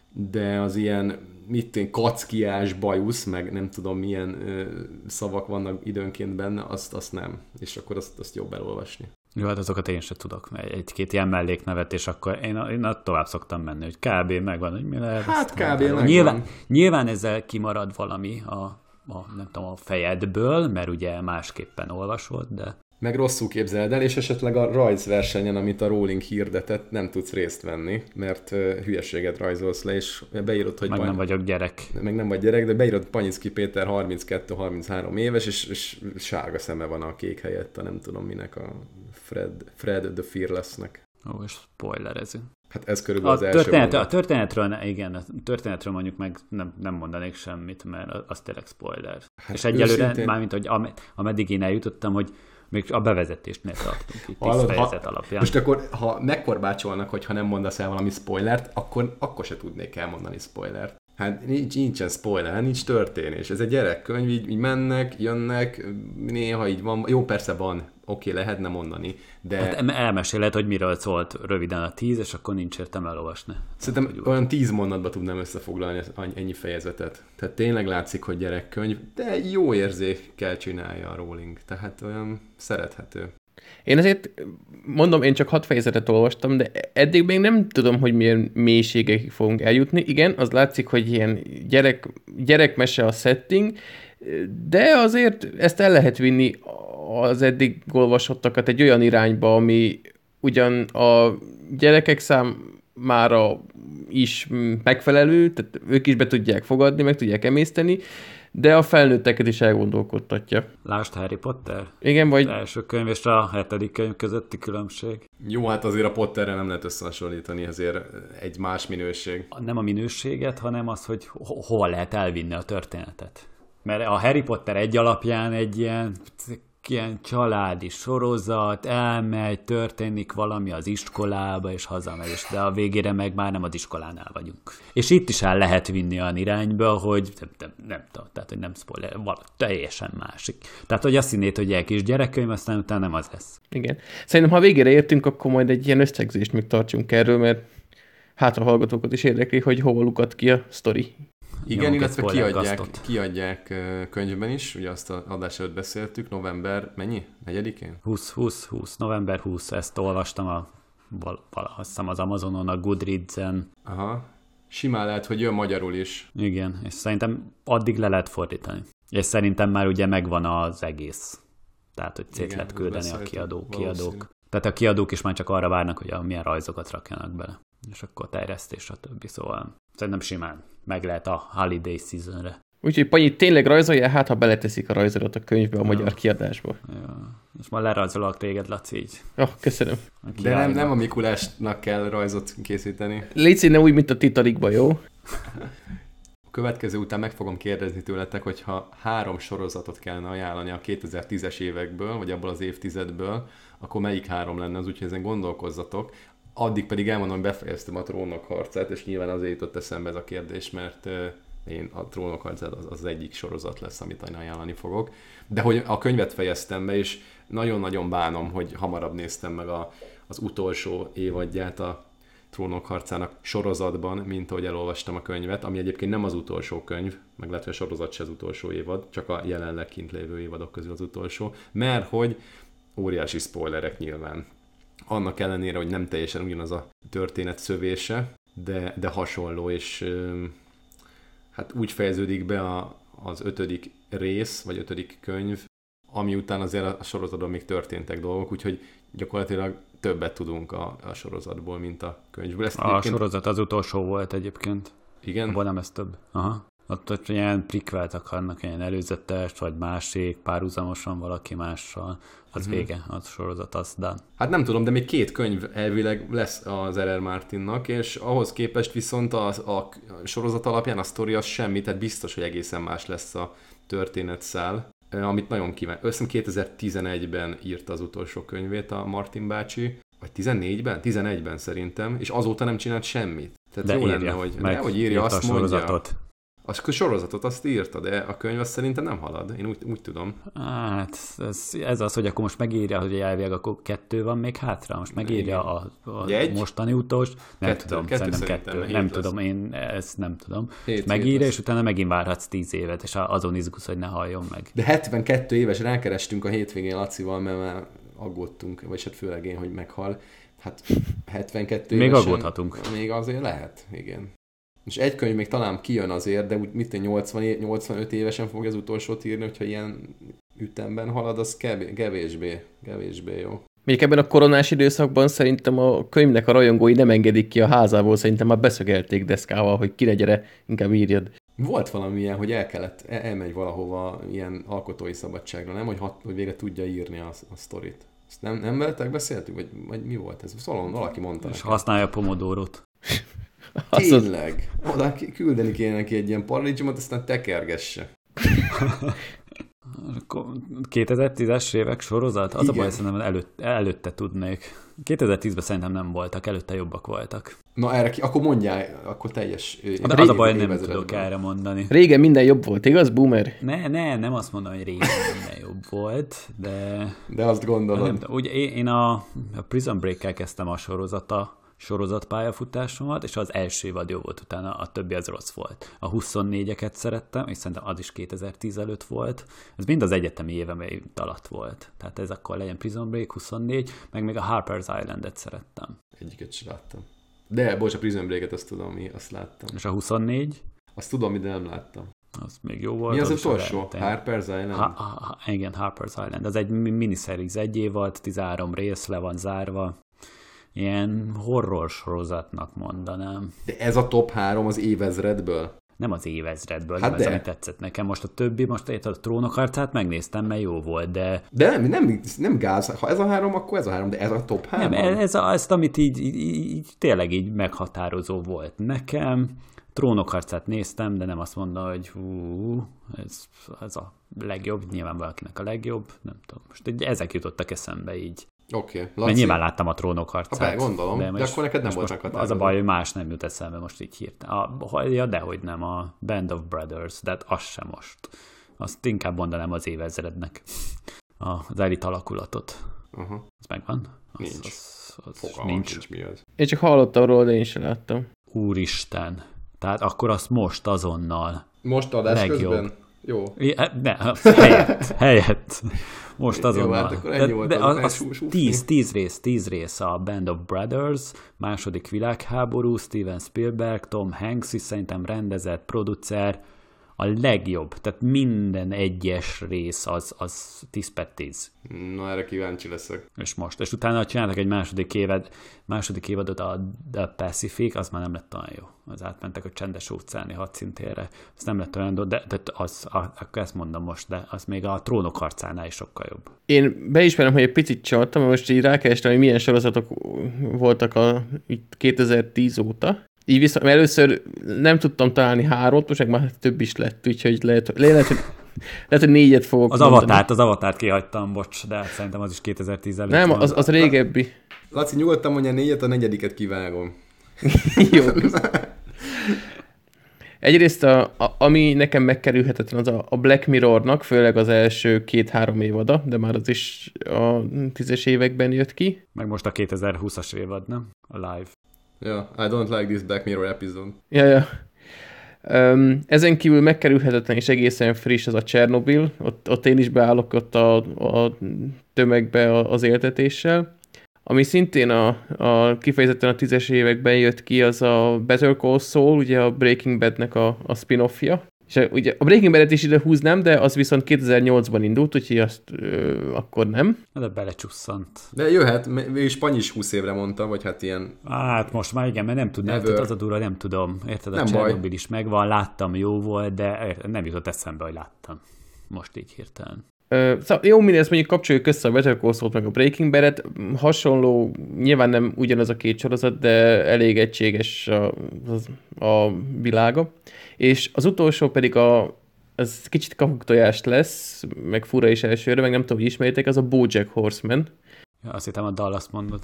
de az ilyen, mit én, kackiás, bajusz, meg nem tudom milyen ö, szavak vannak időnként benne, azt, azt nem. És akkor azt, azt jobb elolvasni. Jó, hát azokat én sem tudok, mert egy-két ilyen melléknevet, és akkor én, én tovább szoktam menni, hogy kb. Megvan, hogy mi lehet. Hát kb. Megvan. Nyilván, nyilván ezzel kimarad valami a, a, nem tudom, a fejedből, mert ugye másképpen olvasod, de meg rosszul képzeled el, és esetleg a rajzversenyen, amit a Rowling hirdetett, nem tudsz részt venni, mert uh, hülyeséget rajzolsz le, és beírod, hogy... Meg Bany... nem vagyok gyerek. Meg nem vagy gyerek, de beírod Panyicki Péter harminckettő-harminchárom éves, és, és sárga szeme van a kék helyett, a nem tudom minek, a Fred, Fred the Fearless-nek. Ó, és spoilerezünk. Hát ez körülbelül a az első történet, mondat. A történetről, igen, a történetről mondjuk meg nem, nem mondanék semmit, mert az tényleg spoiler. Hát és egyelőre, őszintén... mármint, hogy am, ameddig én eljutottam, hogy még a bevezetésnél tartunk itt tíz fejezet alapján. Most akkor, ha megkorbácsolnak, hogy ha nem mondasz el valami spoilert, akkor, akkor se tudnék elmondani spoilert. Hát nincs, nincsen spoiler, nincs történés. Ez egy gyerekkönyv, így, így mennek, jönnek, néha így van. Jó, persze van, oké, lehetne mondani, de... Hát elmeséled, hogy miről szólt röviden a tíz, és akkor nincs értelme elolvasni. Szerintem hát, olyan tíz mondatba tudnám összefoglalni ennyi fejezetet. Tehát tényleg látszik, hogy gyerekkönyv, de jó érzékkel csinálja a Rowling. Tehát olyan szerethető. Én azért mondom, én csak hat fejezetet olvastam, de eddig még nem tudom, hogy milyen mélységekig fogunk eljutni. Igen, az látszik, hogy ilyen gyerek, gyerekmese a setting, de azért ezt el lehet vinni az eddig olvasottakat egy olyan irányba, ami ugyan a gyerekek számára is megfelelő, tehát ők is be tudják fogadni, meg tudják emészteni, de a felnőtteket is elgondolkodtatja. Lásd Harry Potter? Igen, vagy... Az első könyv és a hetedik könyv közötti különbség. Jó, hát azért a Potterrel nem lehet összehasonlítani, azért egy más minőség. Nem a minőséget, hanem az, hogy ho- hova lehet elvinni a történetet. Mert a Harry Potter egy alapján egy ilyen... ilyen családi sorozat, elmegy, történik valami az iskolába, és hazamegy, és de a végére meg már nem az iskolánál vagyunk. És itt is el lehet vinni olyan irányba, hogy nem, nem, nem tudom, tehát, hogy nem spoiler, valami teljesen másik. Tehát, hogy azt hinnéd, hogy egy kis gyerekkönyv, aztán utána nem az lesz. Igen. Szerintem, ha végére értünk, akkor majd egy ilyen összegzést még tartsunk erről, mert hát a hallgatókat is érdekli, hogy hova lukadt ki a sztori. Igen, illetve kiadják, kiadják könyvben is, ugye azt az adás előtt beszéltük, november mennyi? negyedikén? húsz, húsz, húsz, november huszadika, ezt olvastam a, val, val, azt hiszem az Amazonon, a Goodreads-en. Aha, simán lehet, hogy jön magyarul is. Igen, és szerintem addig le lehet fordítani. És szerintem már ugye megvan az egész. Tehát, hogy szét lehet küldeni a kiadó, kiadók. Tehát a kiadók is már csak arra várnak, hogy a, milyen rajzokat rakjanak bele. És akkor terjesztés, stb. Szóval szerintem simán meg lehet a holiday seasonre. Úgyhogy Panyi, tényleg rajzolja, hát ha beleteszik a rajzolat a könyvbe, a ja. magyar kiadásba. Ja. Most már lerajzolok téged, Laci, így. Oh, köszönöm. De nem, nem a Mikulásnak kell rajzot készíteni. Légy színe úgy, mint a Titanicba, jó? A következő után meg fogom kérdezni tőletek, hogyha három sorozatot kellene ajánlani a kétezer-tízes évekből, vagy abból az évtizedből, akkor melyik három lenne az, úgyhogy ezen gondolkozzatok. Addig pedig elmondom, hogy befejeztem a Trónok harcát, és nyilván azért jutott eszembe ez a kérdés, mert én a Trónok harcát az, az egyik sorozat lesz, amit ajánlani fogok. De hogy a könyvet fejeztem be, és nagyon-nagyon bánom, hogy hamarabb néztem meg a, az utolsó évadját a Trónok harcának sorozatban, mint ahogy elolvastam a könyvet, ami egyébként nem az utolsó könyv, meg lehet, hogy a sorozat se az utolsó évad, csak a jelenleg kint lévő évadok közül az utolsó, mert hogy óriási spoilerek nyilván. Annak ellenére, hogy nem teljesen ugyanaz a történet szövése, de, de hasonló, és hát úgy fejeződik be a, az ötödik rész, vagy ötödik könyv, ami után azért a sorozatban még történtek dolgok, úgyhogy gyakorlatilag többet tudunk a, a sorozatból, mint a könyvből. Ezt a egyébként... sorozat az utolsó volt egyébként. Igen? Abban nem ez több. Aha. Ott, ott ilyen prikvelt akarnak, ilyen előzetes, vagy másik, párhuzamosan valaki mással. Az uh-huh. vége, az sorozat, az done. Hát nem tudom, de még két könyv elvileg lesz az er er. Martinnak, és ahhoz képest viszont a, a sorozat alapján a sztori az semmi, tehát biztos, hogy egészen más lesz a történetszál, amit nagyon kíván. Összem kétezer-tizenegyben írta az utolsó könyvét a Martin bácsi, vagy tizennégyben? tizenegyben szerintem, és azóta nem csinált semmit. Tehát de jó írja, lenne, hogy, meg de, hogy írja, azt a sorozatot. mondja. A sorozatot azt írta, de a könyv azt szerintem nem halad. Én úgy, úgy tudom. Hát ez, ez az, hogy akkor most megírja, hogy elvileg akkor kettő van még hátra. Most megírja a, a mostani utolsó. Nem kettő, tudom, kettő szerintem kettő. Nem lesz. tudom, én ezt nem tudom. Hét, megírja, és utána megint várhatsz tíz évet, és azon izgusz, hogy ne halljon meg. De hetvenkettő éves, rákerestünk a hétvégén Lacival, mert már aggódtunk, vagy hát főleg én, hogy meghal. Hát hetvenkettő még évesen. aggódhatunk. Még azért lehet, igen. És egy könyv még talán kijön azért, de úgy mit nyolcvan, nyolcvanöt évesen fog az utolsót írni, hogyha ilyen ütemben halad, az kevésbé, kevésbé jó. Még ebben a koronás időszakban szerintem a könyvnek a rajongói nem engedik ki a házából, szerintem már beszögelték deszkával, hogy ki gyere, inkább írjad. Volt valami ilyen, hogy el kellett, elmegy valahova ilyen alkotói szabadságra, nem? Hogy, hat, hogy végre tudja írni a, a sztorit. Ezt nem, nem veletek beszéltünk? Vagy, vagy mi volt ez? Szóval valaki mondta. És nekem. Használja a pomodórót. Tényleg. Oda küldeni kéne neki egy ilyen paradicsomot, aztán tekergesse. kétezer-tízes évek sorozat? Az igen. A baj, szerintem előtt, előtte tudnék. kétezer-tízben szerintem nem voltak, előtte jobbak voltak. Na erre ki, akkor mondjál, akkor teljes... De az a baj, nem tudok erre mondani. Régen minden jobb volt, igaz, Boomer? Ne, ne, nem azt mondom, hogy régen minden jobb volt, de... De azt gondolod. Nem, ugye én a, a Prison Break-kel kezdtem a sorozata, sorozatpályafutásomat, és az első évad jó volt, utána a többi az rossz volt. A huszonnégyeket szerettem, és szerintem az is kétezer-tíz előtt volt. Ez mind az egyetemi évem alatt volt. Tehát ez akkor legyen Prison Break, huszonnégy, meg még a Harper's Islandet szerettem. Egyiket sem láttam. De, bocs, a Prison Break-et azt tudom, mi azt láttam. És a huszonnégy? Azt tudom, de nem láttam. Az még jó volt. Mi az, az utolsó? Harper's Island? Ha, ha, igen, Harper's Island. Az egy miniseries, egy évad, tizenhárom rész, le van zárva. Ilyen horror sorozatnak mondanám. De ez a top három az évezredből? Nem az évezredből, hát nem ez, ami tetszett nekem. Most a többi, most érted, a Trónok harcát megnéztem, mert jó volt, de... De nem, nem, nem gáz. Ha ez a három, akkor ez a három, de ez a top három. Nem, ez a, ezt, amit így, így, így tényleg így meghatározó volt nekem. Trónok harcát néztem, de nem azt mondom, hogy hú, ez, ez a legjobb, nyilván valakinek a legjobb, nem tudom. Most így ezek jutottak eszembe így. Oké. Okay, mert nyilván láttam a Trónok harcát. Ha, gondolom, de, most, de akkor neked nem volt meghatározó. Az a baj, hogy más nem jut eszembe most így hirtelen. Ja, dehogy nem, a Band of Brothers, de az sem most. Azt inkább mondanám az évezrednek. Az elit alakulatot. Uh-huh. Az megvan? Az, nincs. Az, az Fogalmam nincs. nincs mi az. Én csak hallottam róla, de én sem láttam. Úristen. Tehát akkor azt most azonnal. Most adás legjobb. Közben? Jó. Ne, helyett, helyett. Most azonnal. Jó, hát akkor ennyi volt. De, de az, az tíz, tíz rész, tíz rész a Band of Brothers, második világháború, Steven Spielberg, Tom Hanks is szerintem rendezett, producer, a legjobb, tehát minden egyes rész az, az tíz per tíz. Na, erre kíváncsi leszek. És most. És utána csináltak egy második évad, második évadot a The Pacific, az már nem lett olyan jó. Az átmentek a csendes óceáni hadszintérre. Az nem lett olyan, de, de az, a, akkor ezt mondom most, de az még a Trónok harcánál is sokkal jobb. Én beismerem, hogy egy picit csaltam, mert most így rákerestem, hogy milyen sorozatok voltak a, itt kétezer-tíz óta. Így viszont először nem tudtam találni hármat, most meg már több is lett, úgyhogy lehet, lehet, hogy, lehet, hogy négyet fogok Az mondani. Avatárt, az avatárt kihagytam, bocs, de szerintem az is kétezer-tíz előtt. Nem, az, az régebbi. Laci, nyugodtan mondja négyet, a negyediket kivágom. Jó. Egyrészt, a, a, ami nekem megkerülhetetlen, az a, a Black Mirrornak, főleg az első két-három évada, de már az is a tízes években jött ki. Meg most a kétezer-húszas évad, nem? A live. Yeah, I don't like this Black Mirror episode. Ja, ja. Um, ezen kívül megkerülhetetlen és egészen friss az a Chernobyl, ott, ott én is beállok ott a, a tömegbe az éltetéssel. Ami szintén a, a kifejezetten a tízes években jött ki, az a Better Call Saul, ugye a Breaking Badnek a, a spin-offja. És a, ugye a Breaking Badet is ide húznám, de az viszont kétezer-nyolcban indult, úgyhogy azt ö, akkor nem. De belecsusszant. De jöhet, és Panyi is húsz évre mondta, vagy hát ilyen... Hát most már igen, mert nem tudnám, tehát az a durva, nem tudom. Érted, a nem Csernobyl is megvan, láttam, jó volt, de nem jutott eszembe, hogy láttam. Most így hirtelen. Uh, szóval jó, mindezt mondjuk kapcsoljuk össze a Better Call Saul-t meg a Breaking Bad-et. Hasonló, nyilván nem ugyanaz a két sorozat, de elég egységes a, az, a világa. És az utolsó pedig a, az kicsit kakuktojást lesz, meg fura is elsőre, meg nem tudom, hogy ismeritek, az a BoJack Horseman. Ja, azt hittem a Dallas mondod.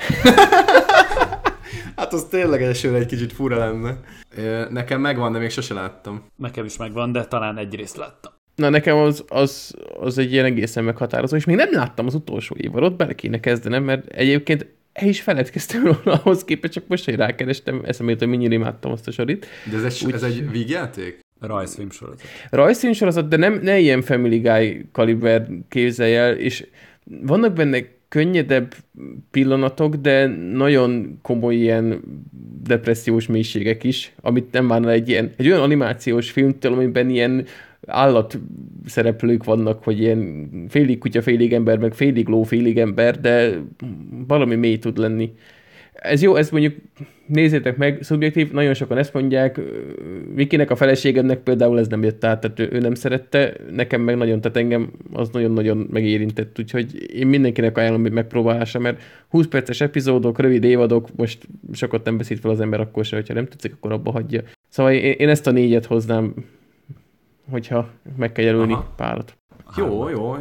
Hát az tényleg elsőre egy kicsit fura lenne. Nekem megvan, de még sose láttam. Nekem is megvan, de talán egy részt láttam. Na, nekem az, az, az egy ilyen egészen meghatározó, és még nem láttam az utolsó évadot, bele kéne kezdenem, mert egyébként el is feledkeztem róla ahhoz képest, csak most, hogy rákerestem, eszembe jutott, hogy mennyire imádtam azt a sorit. De ez egy, Úgy, ez egy vígjáték? Rajzfilm sorozat. Rajzfilm sorozat, de nem, ne ilyen Family Guy kaliber képzelj el, és vannak benne könnyedebb pillanatok, de nagyon komoly ilyen depressziós mélységek is, amit nem várna egy ilyen, egy olyan animációs filmtől, amiben ilyen állat szereplők vannak, hogy ilyen félig kutya, félig ember, meg félig ló, félig ember, de valami mély tud lenni. Ez jó, ez mondjuk nézzétek meg, szubjektív, nagyon sokan ezt mondják, Vikinek a feleségemnek például ez nem jött át, tehát ő, ő nem szerette, nekem meg nagyon, tehát engem az nagyon-nagyon megérintett, úgyhogy én mindenkinek ajánlom, hogy megpróbálása, mert húsz perces epizódok, rövid évadok, most sokat nem beszélt fel az ember akkor se, hogyha nem tetszik, akkor abba hagyja. Szóval én, én ezt a négyet hoznám, hogyha meg kell jelölni Aha. párat. Jó, jó.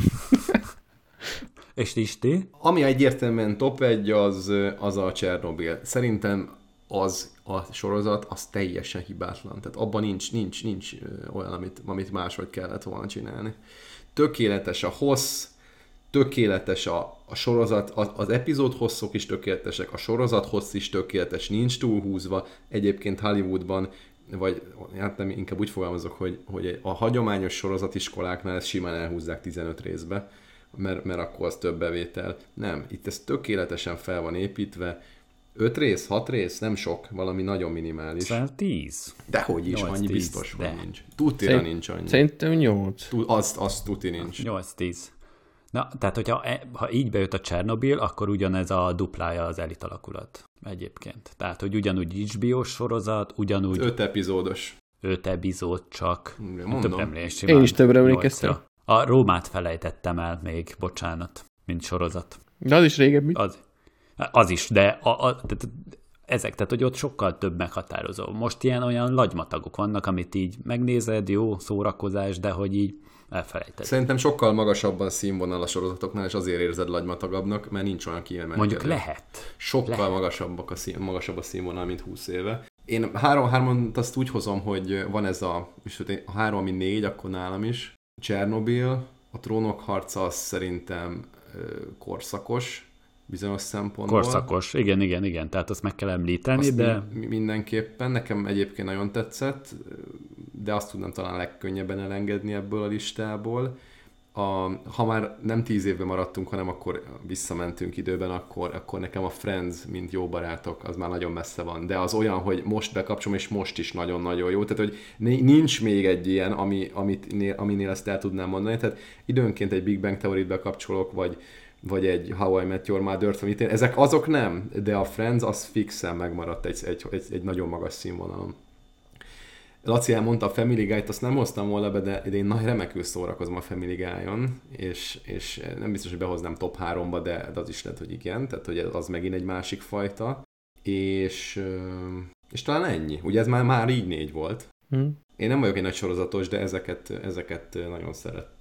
És Isti? Ami egyértelműen top egy, az, az a Chernobyl. Szerintem az a sorozat, az teljesen hibátlan. Tehát abban nincs, nincs, nincs olyan, amit, amit máshogy kellett volna csinálni. Tökéletes a hossz, tökéletes a, a sorozat, az, az epizód hosszok is tökéletesek, a sorozat hossz is tökéletes, nincs túlhúzva. Egyébként Hollywoodban, vagy hát nem, inkább úgy fogalmazok, hogy, hogy a hagyományos sorozatiskoláknál ezt simán elhúzzák tizenöt részbe, mert, mert akkor az több bevétel. Nem, itt ez tökéletesen fel van építve. öt rész, hat rész, nem sok, valami nagyon minimális. Szóval tíz. Dehogy is, annyi tíz, biztos, de. hogy nincs. Tutira Szerint, nincs annyi. Szerintem nyolc. Azt, azt tuti nincs. nyolc-tíz. Na, tehát hogyha ha így bejött a Chernobyl, akkor ugyanez a duplája az elit alakulat egyébként. Tehát, hogy ugyanúgy há bé ó-s sorozat, ugyanúgy... öt epizódos. öt epizód csak. Mondom. Többre emlékszem. Én is többre emlékeztem. A Rómát felejtettem el még, bocsánat, mint sorozat. De az is régebbi. Az, az is, de a, a, tehát ezek, tehát hogy ott sokkal több meghatározó. Most ilyen olyan lagymatagok vannak, amit így megnézed, jó szórakozás, de hogy így elfelejted. Szerintem sokkal magasabban színvonal a sorozatoknál, és azért érzed lagymatagabbnak, mert nincs olyan kiemelkedő. Mondjuk lehet. Sokkal lehet. Magasabbak a szín, magasabb a színvonal, mint húsz éve. Én három-hárman azt úgy hozom, hogy van ez a, a három, ami négy, akkor nálam is. Chernobyl, a Trónok harca az szerintem korszakos, bizonyos szempontból. Korszakos, igen, igen, igen, tehát azt meg kell említeni, azt de... Mindenképpen, nekem egyébként nagyon tetszett, de azt tudnám talán legkönnyebben elengedni ebből a listából. A, ha már nem tíz évben maradtunk, hanem akkor visszamentünk időben, akkor, akkor nekem a Friends, mint jó barátok, az már nagyon messze van. De az olyan, hogy most bekapcsolom, és most is nagyon-nagyon jó. Tehát, hogy nincs még egy ilyen, ami, amit, aminél ezt el tudnám mondani. Tehát időnként egy Big Bang Theory-t bekapcsolok, vagy, vagy egy How I Met Your Mother-t, amit én, ezek azok nem, de a Friends az fixen megmaradt egy, egy, egy, egy nagyon magas színvonalon. Laci elmondta a Family Guy-t, azt nem hoztam volna be, de én nagy remekül szórakozom a Family Guy-on, és, és nem biztos, hogy behoznám top háromba, de, de az is lehet, hogy igen, tehát hogy az megint egy másik fajta, és, és talán ennyi. Ugye ez már, már így négy volt. Hmm. Én nem vagyok egy nagy sorozatos, de ezeket, ezeket nagyon szerettem.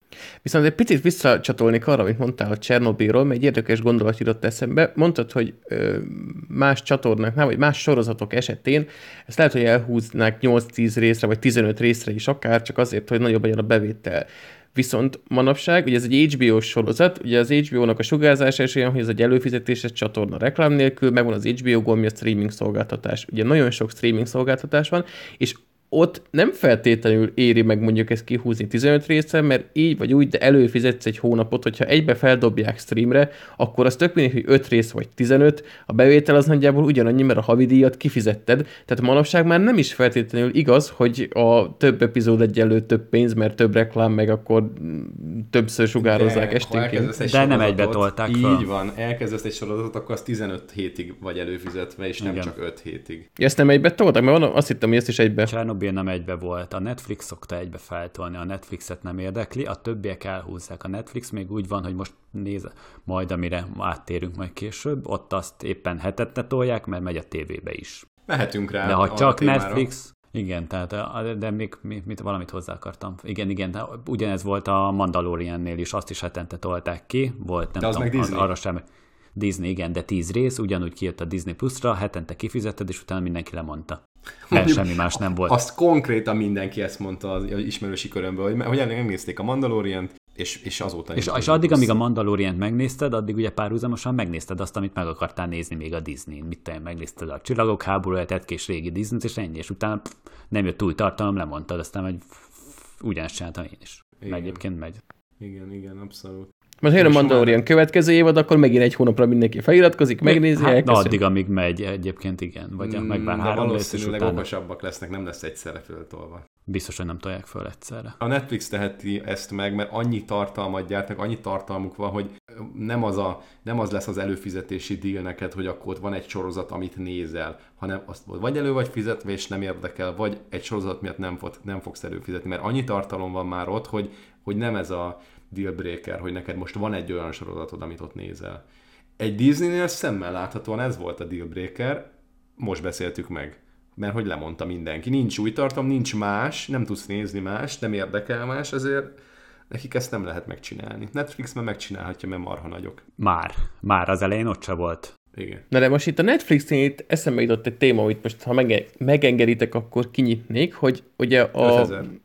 Viszont egy picit visszacsatolnék arra, amit mondtál a Csernobylról, mert egy érdekes gondolat jutott eszembe. Mondtad, hogy ö, más csatornáknál, vagy más sorozatok esetén ezt lehet, hogy elhúznák nyolc-tíz részre, vagy tizenöt részre is akár, csak azért, hogy nagyobb legyen a bevétel. Viszont manapság, ugye ez egy há bé ó sorozat, ugye az há bé ó-nak a sugárzás is olyan, hogy ez egy előfizetéses csatorna reklám nélkül, megvan az há bé ó Go, ami a streaming szolgáltatás. Ugye nagyon sok streaming szolgáltatás van, és ott nem feltétlenül éri meg mondjuk ezt kihúzni tizenöt részre, mert így vagy úgy, de előfizetsz egy hónapot, hogyha egybe feldobják streamre, akkor az tök mindegy, hogy öt rész vagy tizenöt, a bevétel az nagyjából ugyanannyi, mert a havidíjat kifizetted. Tehát manapság már nem is feltétlenül igaz, hogy a több epizód egyenlő több pénz, mert több reklám, meg akkor többször sugározzák esténként. De nem egybe tolták így fel. Így van, elkezdesz egy sorozatot, akkor az tizenöt hétig vagy előfizetve, és nem Igen. csak öt hétig. Ja, ezt nem egybe toltak, mert van, azt hittem, hogy ezt is egybe. Csernobyl nem egybe volt. A Netflix szokta egybe feltolni, a Netflixet nem érdekli, a többiek elhúzzák. A Netflix még úgy van, hogy most néz, majd amire áttérünk majd később, ott azt éppen hetette tolják, mert megy a tévébe is. Mehetünk rá. De ha csak Netflix, igen, tehát, de még mit, valamit hozzá akartam. Igen, igen, de ugyanez volt a Mandaloriannél is, azt is hetente tolták ki, volt nem de az tudom, meg Disney. Az, arra sem. Disney, igen, de tíz rész, ugyanúgy kijött a Disney Plus-ra, hetente kifizetted, és utána mindenki lemondta. Mert semmi más nem volt. Azt konkrétan mindenki ezt mondta az ismerősi körömből, hogy, hogy megnézték a Mandaloriant, és, és azóta... És, és addig, amíg a Mandaloriant megnézted, addig ugye párhuzamosan megnézted azt, amit meg akartál nézni még a Disneyn. Mit tudom, megnézted a Csillagok háborúja, tetkés régi Disney-t, és ennyi, és utána pff, nem jött új tartalom, lemondtad, aztán hogy ugyanezt csináltam én is. Meg egyébként megy. Igen, igen, abszolút. Most jön a Mandalorian következő évad, akkor megint egy hónapra mindenki feliratkozik, megnézi, hát, na addig, amíg megy egyébként, igen. Vagy mm, meg bár három valószínűleg utána... okosabbak lesznek, nem lesz egyszerre föltolva. Biztos, hogy nem tolják föl egyszerre. A Netflix teheti ezt meg, mert annyi tartalmat gyártnak, annyi tartalmuk van, hogy nem az, a, nem az lesz az előfizetési deal neked, hogy akkor ott van egy sorozat, amit nézel, hanem azt vagy elő vagy fizetve, és nem érdekel, vagy egy sorozat miatt nem, fog, nem fogsz előfizetni, mert annyi tartalom van már ott, hogy, hogy nem ez a deal breaker, hogy neked most van egy olyan sorozatod, amit ott nézel. Egy Disneynél szemmel láthatóan ez volt a deal breaker, most beszéltük meg, mert hogy lemondta mindenki. Nincs új tartalom, nincs más, nem tudsz nézni más, nem érdekel más, ezért nekik ezt nem lehet megcsinálni. Netflix már megcsinálhatja, mert marha nagyok. Már. Már az elején ott se volt. Igen. Na de most itt a Netflixnél itt eszembe jutott egy téma, amit most ha mege- megengeditek, akkor kinyitnék, hogy ugye a...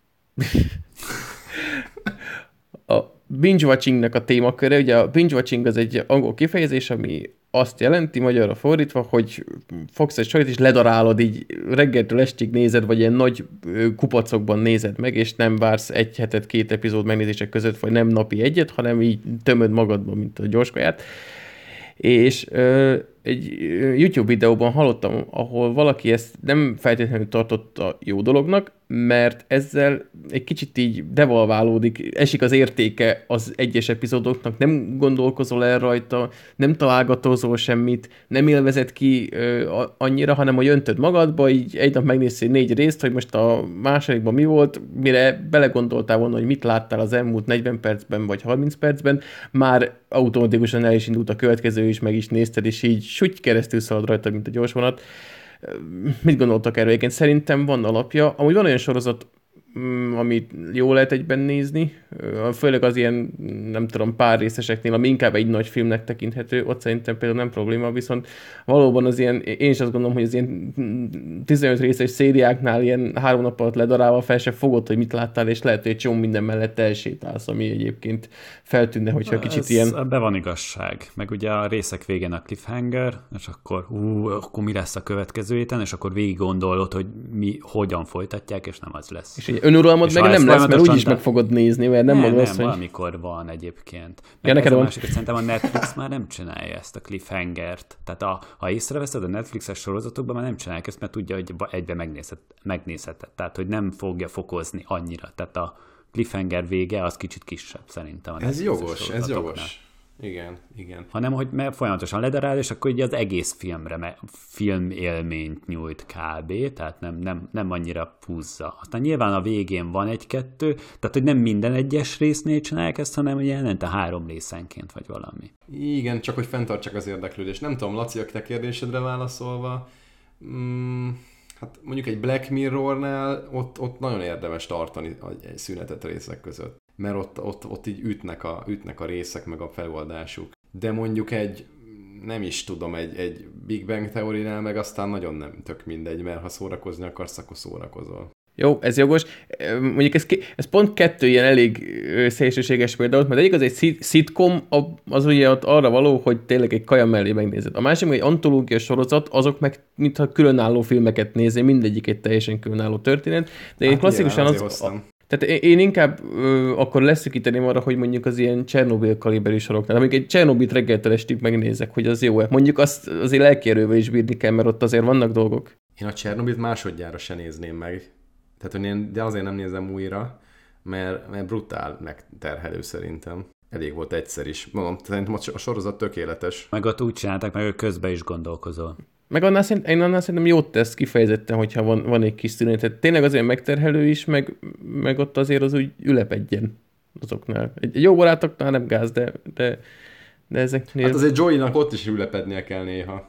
a binge-watchingnek a témaköre, ugye a binge-watching az egy angol kifejezés, ami azt jelenti, magyarra fordítva, hogy fogsz egy sort, és ledarálod, így reggeltől estig nézed, vagy ilyen nagy kupacokban nézed meg, és nem vársz egy hetet két epizód megnézések között, vagy nem napi egyet, hanem így tömöd magadban, mint a gyorskaját. És ö, egy YouTube videóban hallottam, ahol valaki ezt nem feltétlenül tartotta jó dolognak, mert ezzel egy kicsit így devalválódik, esik az értéke az egyes epizódoknak, nem gondolkozol el rajta, nem találgatózol semmit, nem élvezed ki ö, annyira, hanem hogy öntöd magadba, így egy nap megnézsz négy részt, hogy most a másodikban mi volt, mire belegondoltál volna, hogy mit láttál az elmúlt negyven percben vagy harminc percben, már automatikusan el is indult a következő is, meg is nézted, és így süty keresztül szalad rajta, mint a gyorsvonat. Mit gondoltak erről? Egyébként szerintem van alapja. Amúgy van olyan sorozat, amit jó lehet egyben nézni, főleg az ilyen, nem tudom, pár részeseknél, ami inkább egy nagy filmnek tekinthető, ott szerintem például nem probléma, viszont valóban az ilyen, én is azt gondolom, hogy az ilyen tizenöt részes szériáknál ilyen három nap alatt ledarálva fel se fogod, hogy mit láttál, és lehet, hogy egy csomó minden mellett elsétálsz, ami egyébként feltűnne, hogyha kicsit ez, ilyen... Be van igazság. Meg ugye a részek végén a cliffhanger, és akkor hú, akkor mi lesz a következő héten, és akkor végig gondolod, hogy mi hogyan folytatják, és nem az lesz. És önuralmad meg nem lesz, mert úgyis meg fogod nézni, mert nem, nem mondom nem, azt, hogy... valamikor van egyébként. Ja, neked a van. másik, szerintem a Netflix már nem csinálja ezt a cliffhangert. Tehát a, ha észreveszed, a Netflixes sorozatokban már nem csinálják ezt, mert tudja, hogy egybe megnézhet, megnézheted. Tehát, hogy nem fogja fokozni annyira. Tehát a cliffhanger vége az kicsit kisebb szerintem. Ez jogos, ez jogos. Igen, igen. Hanem, hogy folyamatosan ledarál, és akkor ugye az egész filmre, film élményt nyújt kb. Tehát nem, nem, nem annyira húzza. Aztán nyilván a végén van egy-kettő, tehát hogy nem minden egyes résznél csinálják ezt, hanem ugye jelent a három részenként, vagy valami. Igen, csak hogy fenntartsak az érdeklődést. Nem tudom, Laci, a te kérdésedre válaszolva, mm, hát mondjuk egy Black Mirrornál ott, ott nagyon érdemes tartani egy szünetet részek között. mert ott, ott, ott így ütnek a, ütnek a részek, meg a feloldásuk. De mondjuk egy, nem is tudom, egy, egy Big Bang Theory-nál meg aztán nagyon nem tök mindegy, mert ha szórakozni akarsz, akkor szórakozol. Jó, ez jogos. Mondjuk ez, ez pont kettő ilyen elég szélsőséges példa volt, mert egyik az egy szitkom, az ugye ott arra való, hogy tényleg egy kaja mellé megnézed. A másik meg egy antológia sorozat, azok meg mintha különálló filmeket nézni, mindegyik egy teljesen különálló történet. De én hát klasszikusan az... A, tehát én inkább ö, akkor leszűkíteném arra, hogy mondjuk az ilyen Csernobil kaliberű soroknál, amíg egy Csernobilt reggeltől estig megnézek, hogy az jó-e. Mondjuk azt azért lelkierővel is bírni kell, mert ott azért vannak dolgok. Én a Csernobilt másodjára se nézném meg. Tehát, hogy én, de azért nem nézem újra, mert, mert brutál megterhelő szerintem. Elég volt egyszer is. Mondom, szerintem a sorozat tökéletes. Meg ott úgy csinálták, meg ő közben is gondolkozol. Meg annál szerint, én annál szerintem jót tesz kifejezetten, hogyha van, van egy kis szünet. Tehát tényleg azért megterhelő is, meg, meg ott azért az úgy ülepedjen azoknál. Egy, egy jó barátoknál nem gáz, de, de, de ezeknél... Hát azért Joey-nak ott is ülepednie kell néha.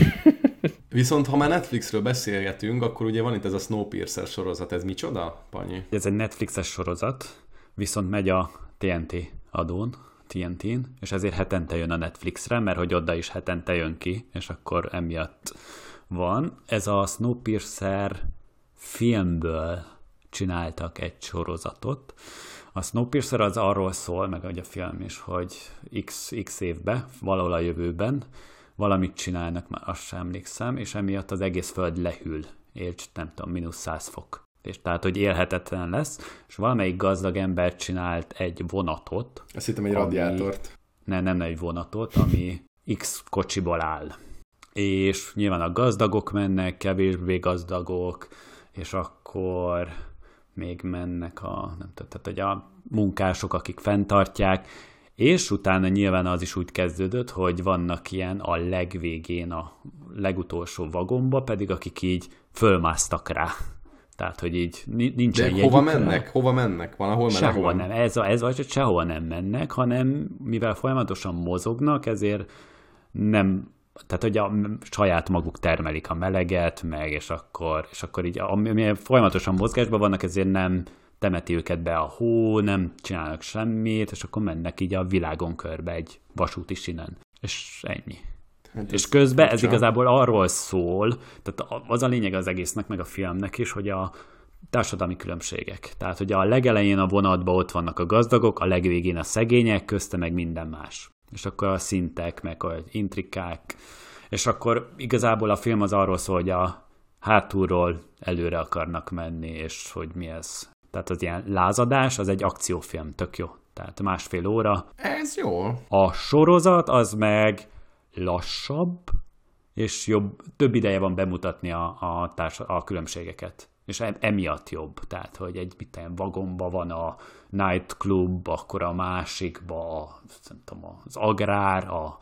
Viszont ha már Netflixről beszélgetünk, akkor ugye van itt ez a Snowpiercer sorozat. Ez micsoda, Panyi? Ez egy Netflixes sorozat, viszont megy a té en té adón, té en té-n, és ezért hetente jön a Netflixre, mert hogy oda is hetente jön ki, és akkor emiatt van. Ez a Snowpiercer filmből csináltak egy sorozatot. A Snowpiercer az arról szól, meg hogy a film is, hogy x, x évben, valahol a jövőben valamit csinálnak, már azt sem emlékszem, és emiatt az egész föld lehűl, és nem tudom, mínusz száz fok. És tehát, hogy élhetetlen lesz, és valamelyik gazdag ember csinált egy vonatot. Azt hittem egy ami, radiátort. Nem, nem egy vonatot, ami X kocsiból áll. És nyilván a gazdagok mennek, kevésbé gazdagok, és akkor még mennek a, nem tudom, tehát, hogy a munkások, akik fenntartják, és utána nyilván az is úgy kezdődött, hogy vannak ilyen a legvégén, a legutolsó vagomba, pedig akik így fölmásztak rá. Tehát, hogy így nincsen jegyük. Hova mennek? Hova mennek? Van, ahol sehova van? nem. Ez, a, ez vagy, hogy sehova nem mennek, hanem mivel folyamatosan mozognak, ezért nem, tehát, hogy a saját maguk termelik a meleget, meg, és akkor, és akkor így, ami folyamatosan mozgásban vannak, ezért nem temeti őket be a hó, nem csinálnak semmit, és akkor mennek így a világon körbe egy vasúti sinen. És ennyi. Hát és közben ez igazából arról szól, tehát az a lényeg az egésznek, meg a filmnek is, hogy a társadalmi különbségek. Tehát, hogy a legelején a vonatban ott vannak a gazdagok, a legvégén a szegények, közte meg minden más. És akkor a szintek, meg a intrikák, és akkor igazából a film az arról szól, hogy a hátulról előre akarnak menni, és hogy mi ez. Tehát az ilyen lázadás, az egy akciófilm, tök jó. Tehát másfél óra. Ez jó. A sorozat az meg lassabb, és jobb, több ideje van bemutatni a, a, társ, a különbségeket. És emiatt jobb. Tehát, hogy egy mit tudom, vagonban van a nightclub, akkor a másikban nem tudom, az agrár, a,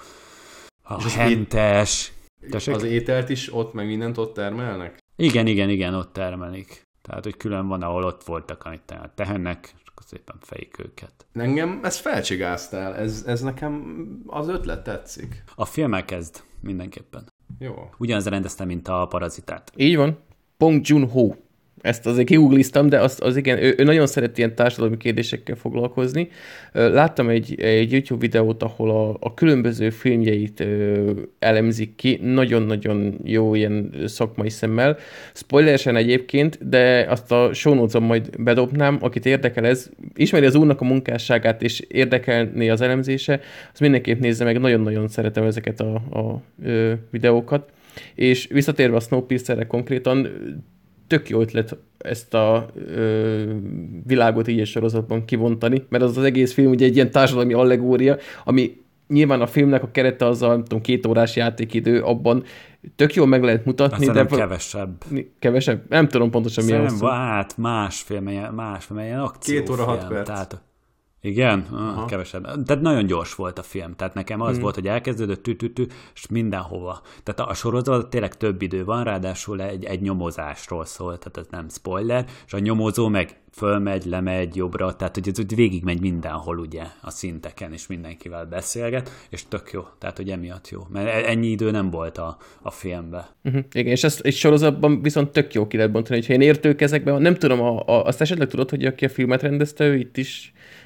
a hentes. Az, az ételt is ott, meg mindent ott termelnek? Igen, igen, igen, ott termelik. Tehát, hogy külön van, ahol ott voltak, amit tehennek, és akkor szépen fejik őket. Engem ezt felcsigáztál, ez, ez nekem az ötlet tetszik. A film elkezd mindenképpen. Jó. Ugyanaz rendezte, mint a Parazitát. Így van. Bong Joon-ho. Ezt azért kiugliztam, de az, az igen, ő, ő nagyon szeret ilyen társadalmi kérdésekkel foglalkozni. Láttam egy, egy YouTube videót, ahol a, a különböző filmjeit ö, elemzik ki, nagyon-nagyon jó ilyen szakmai szemmel. Spoileresen egyébként, de azt a show notes-on majd bedobnám, akit érdekel ez, ismeri az úrnak a munkásságát, és érdekelné az elemzése, az mindenképp nézze meg, nagyon-nagyon szeretem ezeket a, a ö, videókat. És visszatérve a Snowpiercerre konkrétan, tök jó ötlet ezt a ö, világot így egy sorozatban kivontani, mert az az egész film ugye egy ilyen társadalmi allegória, ami nyilván a filmnek a kerete az a, nem tudom, két órás játékidő, abban tök jól meg lehet mutatni. Azt de kevesebb. Kevesebb? Nem tudom pontosan milyen hosszú. Hát másfél, másfél, ilyen akciófilm. Két óra, hat perc. Tehát, igen, uh, kevesebb. Tehát nagyon gyors volt a film. Tehát nekem az hmm. volt, hogy elkezdődött tü-tü-tü, és mindenhova. Tehát a sorozat tényleg több idő van, ráadásul egy, egy nyomozásról szól, tehát ez nem spoiler, és a nyomozó meg fölmegy, lemegy jobbra, tehát hogy ez végigmegy mindenhol ugye a szinteken, és mindenkivel beszélget, és tök jó, tehát hogy emiatt jó. Mert ennyi idő nem volt a, a filmben. Uh-huh. Igen, és ezt egy sorozatban viszont tök jó ki lehet bontani, hogyha én értőkezekben van, nem tudom, a, a, azt esetleg tudod, hogy aki a filmet rendezte, ő itt is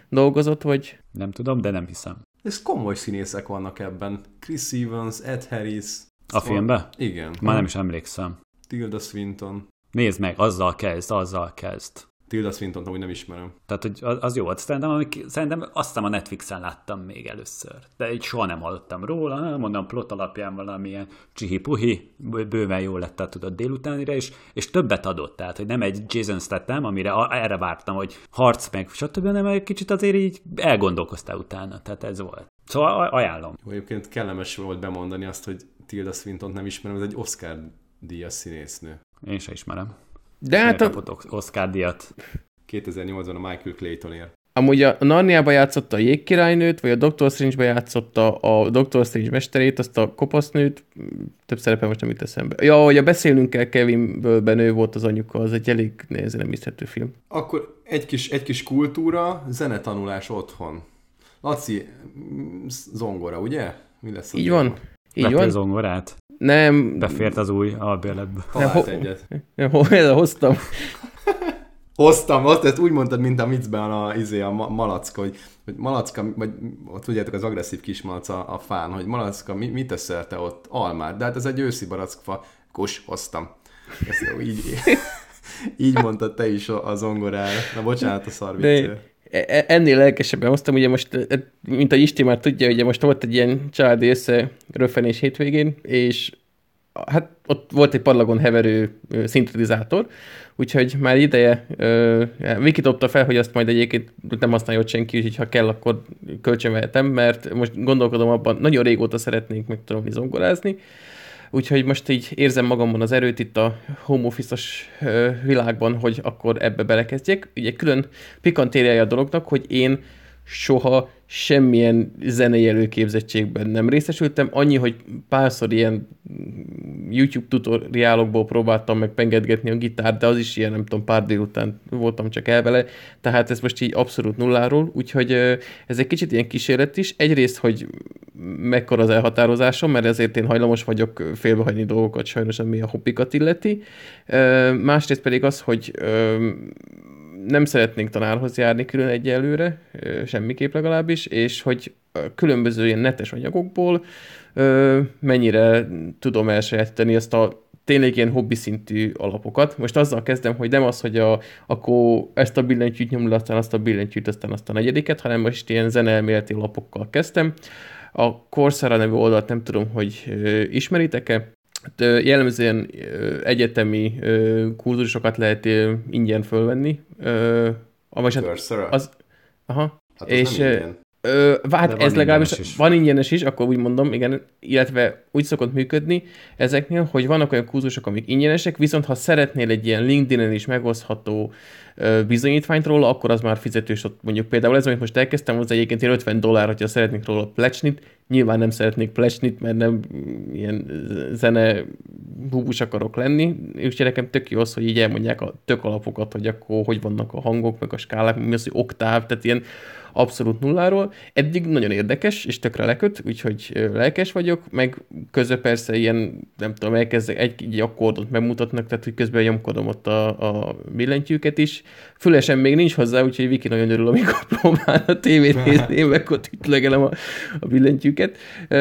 dolgozott, vagy... Nem tudom, de nem hiszem. Ez komoly színészek vannak ebben. Chris Evans, Ed Harris. A filmben? Igen. Már nem is emlékszem. Tilda Swinton. Nézd meg, azzal kezd, azzal kezd. Tilda Swinton-t amúgy nem ismerem. Tehát, hogy az jó volt. Szerintem, amik, szerintem azt hiszem a Netflixen láttam még először. De így soha nem hallottam róla. Mondom, plot alapján valamilyen csihi-puhi, bőven jól lett, tehát tudod délutánira, és, és többet adott. Tehát, hogy nem egy Jason Statham, amire erre vártam, hogy harc meg, stb., nem egy kicsit azért így elgondolkoztál utána. Tehát ez volt. Szóval ajánlom. Jó, egyébként kellemes volt bemondani azt, hogy Tilda Swinton-t nem ismerem, ez egy Oscar-díjas színésznő. Én se ismerem. De hát a... kapott Oscar-díjat. kétezer-nyolcban a Michael Claytonért. Amúgy a Narniába játszotta a Jégkirálynőt, vagy a Doctor Strange-ba játszotta a Doctor Strange mesterét, azt a kopasznőt, több szerepe most nem jut eszembe. Ja, hogy a Beszélnünk kell Kevinből benő volt az anyuka, az egy elég nehezen nem hiszhető film. Akkor egy kis, egy kis kultúra, zenetanulás otthon. Laci, zongora, ugye? Mi lesz Így van. Így van. Zongorát? Nem. Befért az új albérletbe. Talált ho- egyet. Ho- hoztam. Hoztam, azt ezt úgy mondtad, mint a viccben a, izé, a malacka, hogy, hogy malacka, vagy tudjátok, az agresszív kismalac a, a fán, hogy malacka, mi, mit teszel te ott? Almát. De hát ez egy őszi barackfa. Kus, hoztam. Ezt így, így mondtad te is a, a zongorára. Na bocsánat a szar viccél. Ennél lelkesebben hoztam, ugye most, mint a Isti már tudja, ugye most volt egy ilyen családi összeröffenés hétvégén, és hát ott volt egy parlagon heverő szintetizátor, úgyhogy már ideje, Viki dobta fel, hogy azt majd egyébként nem használja ott senki, úgyhogy ha kell, akkor kölcsönvehetem, mert most gondolkodom abban, nagyon régóta szeretnénk megtanulni zongorázni, úgyhogy most így érzem magamban az erőt itt a home office-os világban, hogy akkor ebbe belekezdjek. Ugye külön pikantériája a dolognak, hogy én soha semmilyen zenei előképzettségben nem részesültem, annyi, hogy párszor ilyen YouTube tutoriálokból próbáltam meg pengedgetni a gitárt, de az is ilyen, nem tudom, pár délután voltam csak el vele, tehát ez most így abszolút nulláról, úgyhogy ez egy kicsit ilyen kísérlet is. Egyrészt, hogy mekkora az elhatározásom, mert ezért én hajlamos vagyok félbehagyni dolgokat, sajnos ami a hobbikat illeti. Másrészt pedig az, hogy nem szeretnénk tanárhoz járni külön egyelőre, semmiképp legalábbis, és hogy különböző ilyen netes anyagokból mennyire tudom elsajátítani ezt a tényleg ilyen hobbi szintű alapokat. Most azzal kezdem, hogy nem az, hogy a, akkor ezt a billentyűt nyomul, aztán azt a billentyűt, aztán azt a negyediket, hanem most ilyen zeneelméleti alapokkal kezdtem. A Coursera nevű oldalt nem tudom, hogy ismeritek-e. Jellemzően egyetemi kurzusokat lehet ingyen fölvenni. Coursera? Az, aha. Hát és Ö, hát ez legalábbis is. Van ingyenes is, akkor úgy mondom, igen, illetve úgy szokott működni ezeknél, hogy vannak olyan kurzusok, amik ingyenesek, viszont ha szeretnél egy ilyen LinkedIn-en is megosztható ö, bizonyítványt róla, akkor az már fizetős, ott mondjuk például ez, amit most elkezdtem, az egyébként ilyen ötven dollár, hogyha szeretnék róla plecsnit, nyilván nem szeretnék plecsnit, mert nem ilyen zene búbus akarok lenni, és nekem tök jó az, hogy így elmondják a tök alapokat, hogy akkor hogy vannak a hangok, meg a skálák, mi az, hogy oktáv, tehát ilyen abszolút nulláról. Eddig nagyon érdekes, és tökre leköt, úgyhogy lelkes vagyok, meg közben persze ilyen, nem tudom, elkezdek egy, egy akkordot megmutatnak, tehát hogy közben nyomkodom ott a, a billentyűket is. Fülesen még nincs hozzá, úgyhogy Viki nagyon örül, amikor próbál a tévét nézni, én meg ott itt legelem a, a billentyűket.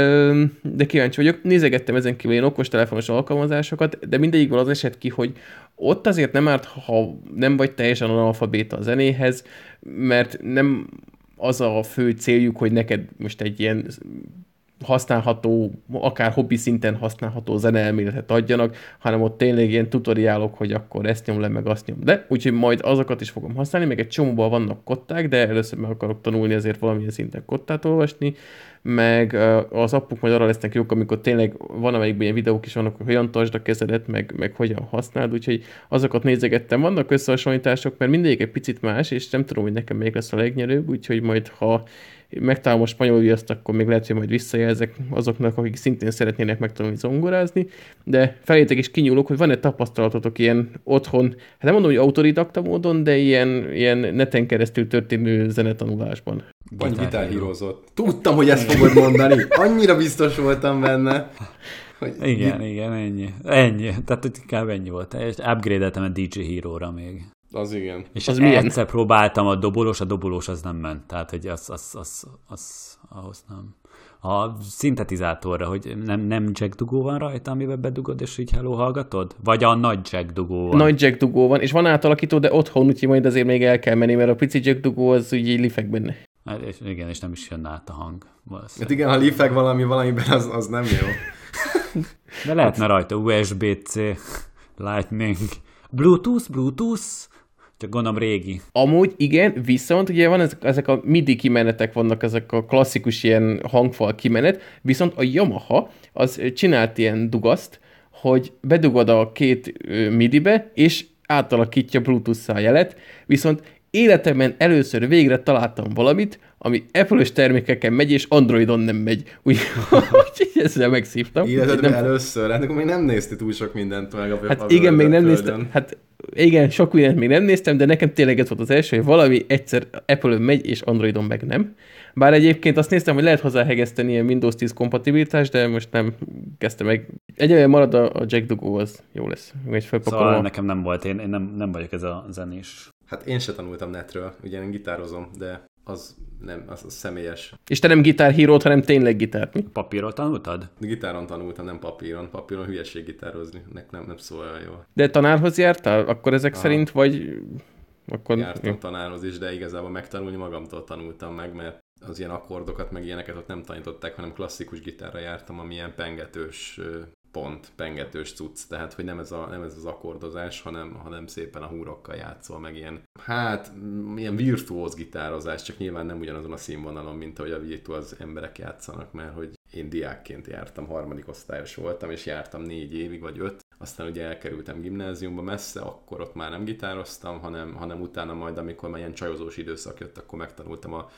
De kíváncsi vagyok. Nézegettem ezen kívül ilyen okostelefonos alkalmazásokat, de mindegyikből az esett ki, hogy ott azért nem árt, ha nem vagy teljesen analfabéta a zenéhez, mert nem az a fő céljuk, hogy neked most egy ilyen használható, akár hobbi szinten használható zeneelméletet adjanak, hanem ott tényleg ilyen tutoriálok, hogy akkor ezt nyom le, meg azt nyom le. Úgyhogy majd azokat is fogom használni, meg egy csomóban vannak kották, de először meg akarok tanulni azért valamilyen szinten kottát olvasni, meg az appok majd arra lesznek jók, amikor tényleg van, amelyikben ilyen videók is vannak, hogy hogyan tartsd a kezedet, meg, meg hogyan használd, úgyhogy azokat nézegettem. Vannak összehasonlítások, mert mindegyik egy picit más, és nem tudom, hogy nekem még lesz a legnyerőbb, úgyhogy majd, ha megtalálom a spanyol viaszt, akkor még lehet, hogy majd visszajelzek azoknak, akik szintén szeretnének megtanulni zongorázni, de felétek is kinyúlok, hogy van-e tapasztalatotok ilyen otthon, hát nem mondom, hogy autodidakta módon, de ilyen, ilyen neten keresztül történő zenetanulásban. Vagy gitárhírozott. Tudtam, hogy ezt fogod mondani. Annyira biztos voltam benne. Hogy igen, gi- igen, ennyi. Ennyi. Tehát inkább ennyi volt. És upgrade-eltem a dé dzsé Hero-ra még. Az igen. És az egyszer milyen? próbáltam a dobolós, a dobolós az nem ment. Tehát, hogy az, az, az, az ahhoz nem. A szintetizátorra, hogy nem, nem jack dugó van rajta, amiben bedugod, és így hello hallgatod? Vagy a nagy jack dugó van? Nagy jack dugó van, és van átalakító, de otthon, úgyhogy majd azért még el kell menni, mert a pici jack dugó az úgy így lifeg benne. Hát, és igen, és nem is jön át a hang. Hát igen, ha lifeg valami valamiben, az, az nem jó. De lehetne rajta u es bé-C, Lightning, Bluetooth, Bluetooth, csak gondolom régi. Amúgy igen, viszont ugye van ezek, ezek a midi kimenetek vannak, ezek a klasszikus ilyen hangfal kimenet, viszont a Yamaha az csinált ilyen dugaszt, hogy bedugod a két ö, midibe, és átalakítja Bluetooth-szal jelet, viszont életemben először végre találtam valamit, ami Apple-ös termékeken megy, és Androidon nem megy. Úgyhogy ezzel megszívtam. Életedben nem... először, hát akkor még nem nézti túl sok mindent meg a Hát a igen, még nem földön. néztem. Hát igen, sok mindent még nem néztem, de nekem tényleg ez volt az első, hogy valami egyszer Apple-ön megy, és Androidon meg nem. Bár egyébként azt néztem, hogy lehet hozzá hegeszteni ilyen Windows tíz kompatibilitás, de most nem kezdte meg. Egyébként marad a, a jack dugó, az jó lesz. Még Szóval a... nekem nem volt, én, én nem, nem vagyok ez a zenés. Hát én se tanultam netről, ugye én gitározom, de az nem, az, az személyes. És te nem gitárhírót, hanem tényleg gitárt, mi? Papírról tanultad? Gitáron tanultam, nem papíron. Papíron hülyeség gitározni, nek nem, nem szól olyan jól. De tanárhoz jártál? Akkor ezek Aha. szerint, vagy... Akkor... Jártam jó. Tanárhoz is, de igazából megtanulni magamtól tanultam meg, mert az ilyen akkordokat, meg ilyeneket ott nem tanították, hanem klasszikus gitárra jártam, ami ilyen pengetős pont, pengetős cucc, tehát hogy nem ez, a, nem ez az akkordozás, hanem, hanem szépen a húrokkal játszol, meg ilyen, hát, ilyen virtuóz gitározás, csak nyilván nem ugyanazon a színvonalon, mint ahogy a virtuóz emberek játszanak, mert hogy én diákként jártam, harmadik osztályos voltam, és jártam négy évig, vagy öt, aztán ugye elkerültem gimnáziumba messze, akkor ott már nem gitároztam, hanem, hanem utána majd, amikor már ilyen csajozós időszak jött, akkor megtanultam a,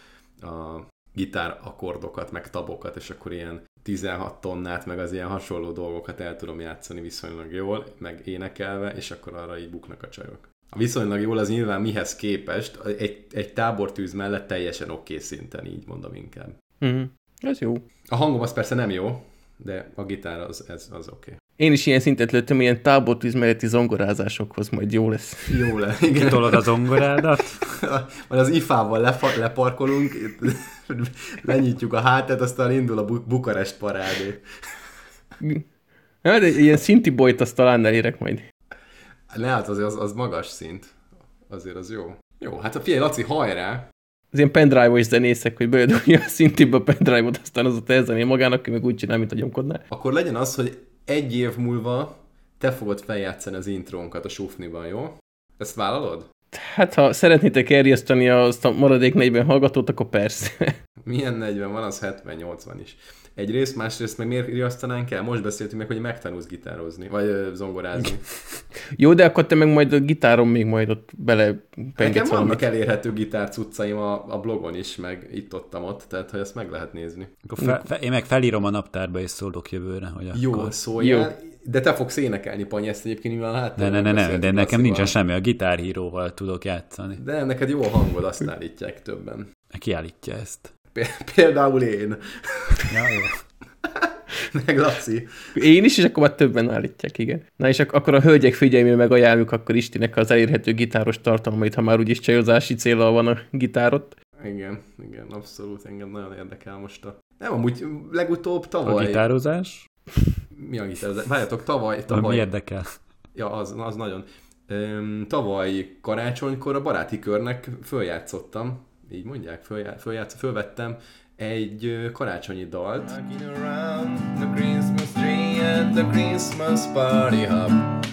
a gitár akkordokat, meg tabokat, és akkor ilyen tizenhat tonnát, meg az ilyen hasonló dolgokat el tudom játszani viszonylag jól, meg énekelve, és akkor arra így buknak a csajok. A viszonylag jól az nyilván mihez képest, egy, egy tábortűz mellett teljesen oké okay szinten, így mondom inkább. Mm, ez jó. A hangom az persze nem jó, de a gitár az, ez, az oké. Okay. Én is ilyen szintet lőttem, ilyen tábortűz melletti zongorázásokhoz, majd jó lesz. Jó lesz. Igen. Kitolod a zongorádat? Majd az ifával lefa- leparkolunk, lenyitjuk a hátát, aztán indul a Bu- Bukarest parádé. Ja, de ilyen szinti bolyt azt talán elérek majd. Ne, hát azért az, az magas szint. Azért az jó. Jó, hát a figyelj, Laci, hajrá! Az ilyen pendrive-os zenészek, hogy beledugja a szintibe a pendrive-ot, aztán az a elzené magának, ki meg úgy csinál, mint a nyomkodnál. Akkor legyen az, hogy egy év múlva te fogod feljátszani az intrónkat a Sufniban, jó? Ezt vállalod? Hát, ha szeretnétek elriasztani azt a maradék negyven hallgatót, akkor persze. Milyen negyven van, az hetven-nyolcvan is. Egyrészt, másrészt meg miért riasztanánk el? Most beszéltünk meg, hogy megtanulsz gitározni, vagy ö, zongorázni. Jó, de akkor te meg majd a gitáron még majd ott bele Nekem vannak elérhető gitár cuccaim a, a blogon is, meg itt-ottam ott, tehát hogy ezt meg lehet nézni. Akkor fe, fe, én meg felírom a naptárba, és szólok jövőre, hogy jó, akkor... szóljál, jó. De te fogsz énekelni, Panyi, ezt egyébként mivel hát... Ne, ne, ne, ne, de nekem nincsen semmi, a gitárhíróval tudok játszani. De neked jó a hangod, azt állítják többen. Ki állítja ezt? Például én. Ja, jó. Meg Laci. Én is, és akkor már többen állítják, igen. Na és ak- akkor a hölgyek figyelmére megajánljuk akkor Istinek az elérhető gitáros tartalmait, ha már úgyis csajozási céllal van a gitárot. Igen, igen, abszolút, engem nagyon érdekel most a... Nem, amúgy legutóbb tavaly... A gitározás? Mi a gitározás? Várjatok, tavaly... tavaly... Mi érdekel? Ja, az, az nagyon. Üm, tavaly karácsonykor a baráti körnek följátszottam, így mondják, följá, följátsz, fölvettem egy karácsonyi dalt. The Christmas tree at the Christmas party hop.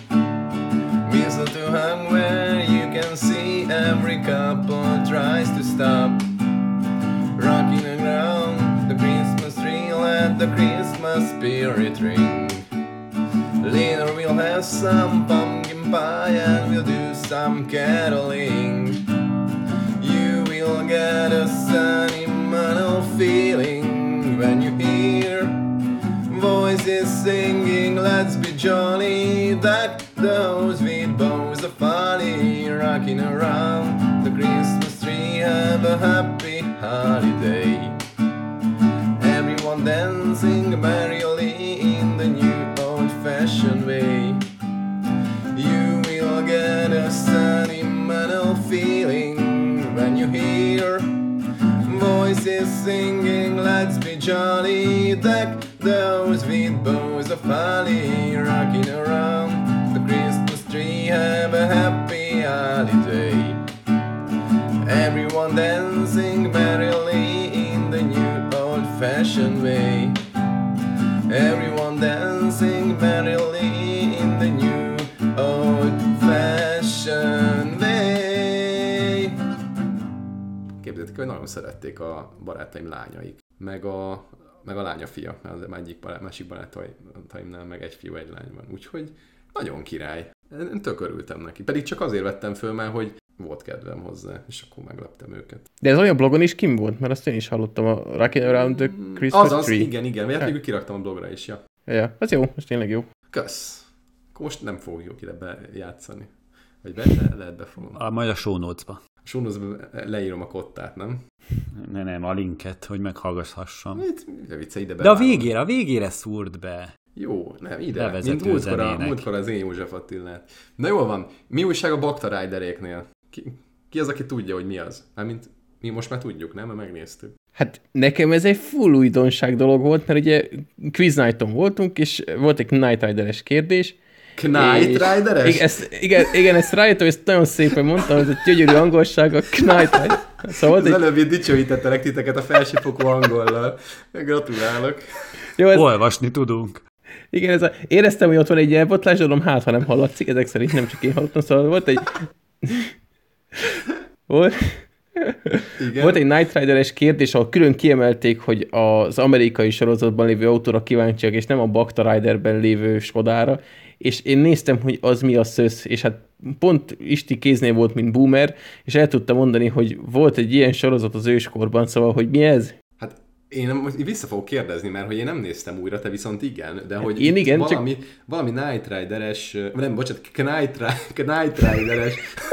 Mistletoe hung where you can see every couple tries to stop. Rocking around the Christmas tree, let the Christmas spirit ring. Later we'll have some pumpkin pie and we'll do some caroling. You will get a sentimental feeling when you hear voices singing, let's be jolly, deck the halls with bows of funny, rocking around the Christmas tree, have a happy holiday. Everyone dancing merrily in the new old-fashioned way. You will get a sentimental singing, let's be jolly. Deck those with bows of holly, rocking around the Christmas tree. Have a happy holiday. Everyone dancing merrily in the new old-fashioned way. Everyone dancing merrily in the new old-fashioned way. Képzeljétek, hogy nagyon szerették a barátaim lányaik, meg a, meg a lánya fia, mert az egyik barát, másik barátaimnál meg egy fiú, egy lány van. Úgyhogy nagyon király. Én tök örültem neki. Pedig csak azért vettem föl, mert hogy volt kedvem hozzá, és akkor megleptem őket. De ez olyan blogon is kim volt, mert azt én is hallottam, a Rockin' Around the Christmas Azaz, Tree. igen, igen, mert végül kiraktam a blogra is, ja. Ja, az jó, az tényleg jó. Kösz. Akkor most nem fogjuk ide bejátszani. Vagy be, le, lehet befogom. A, majd a show notes-ba. A show notes-ba leírom a kottát, nem? Ne, nem, a linket, hogy meghallgathassam. Itt, de vicce, ide De a végére, a végére szúrd be. Jó, nem, ide. Bevezető Mint múltkor, a, zenének. múltkor az én József Attilát. Na jól van, mi újság a Bakta Rideréknél? Ki, ki az, aki tudja, hogy mi az? Mármint mi most már tudjuk, nem? Mert megnéztük. Hát nekem ez egy full újdonság dolog volt, mert ugye Quiz Night-on voltunk, és volt egy Knight Rider-es kérdés. Knight Rider-es? Igen, ezt, igen, igen, ezt rájöttem, ezt nagyon szépen mondtam, hogy ez egy gyönyörű angolság, a Knight Rider. Szóval az egy... előbb itt dicsőítettelek titeket a felsőfokú angollal. Gratulálok. Jó, ez... Olvasni tudunk. Igen, ez a... éreztem, hogy ott van egy elbotlás, de hát, ha nem hallatszik, ezek szerint nem csak én hallottam, szóval volt egy... volt... Igen. Volt egy Knight Rider-es kérdés, ahol külön kiemelték, hogy az amerikai sorozatban lévő autóra kíváncsiak, és nem a Bakta Riderben lévő Skodára, és én néztem, hogy az mi a szösz, és hát pont Isti kéznél volt, mint boomer, és el tudtam mondani, hogy volt egy ilyen sorozat az őskorban, szóval, hogy mi ez? Hát én most vissza fogok kérdezni, mert hogy én nem néztem újra, te viszont igen, de hogy én igen, valami, csak... valami Knight Rider-es, nem, bocsánat, Knight, Knight Rider-es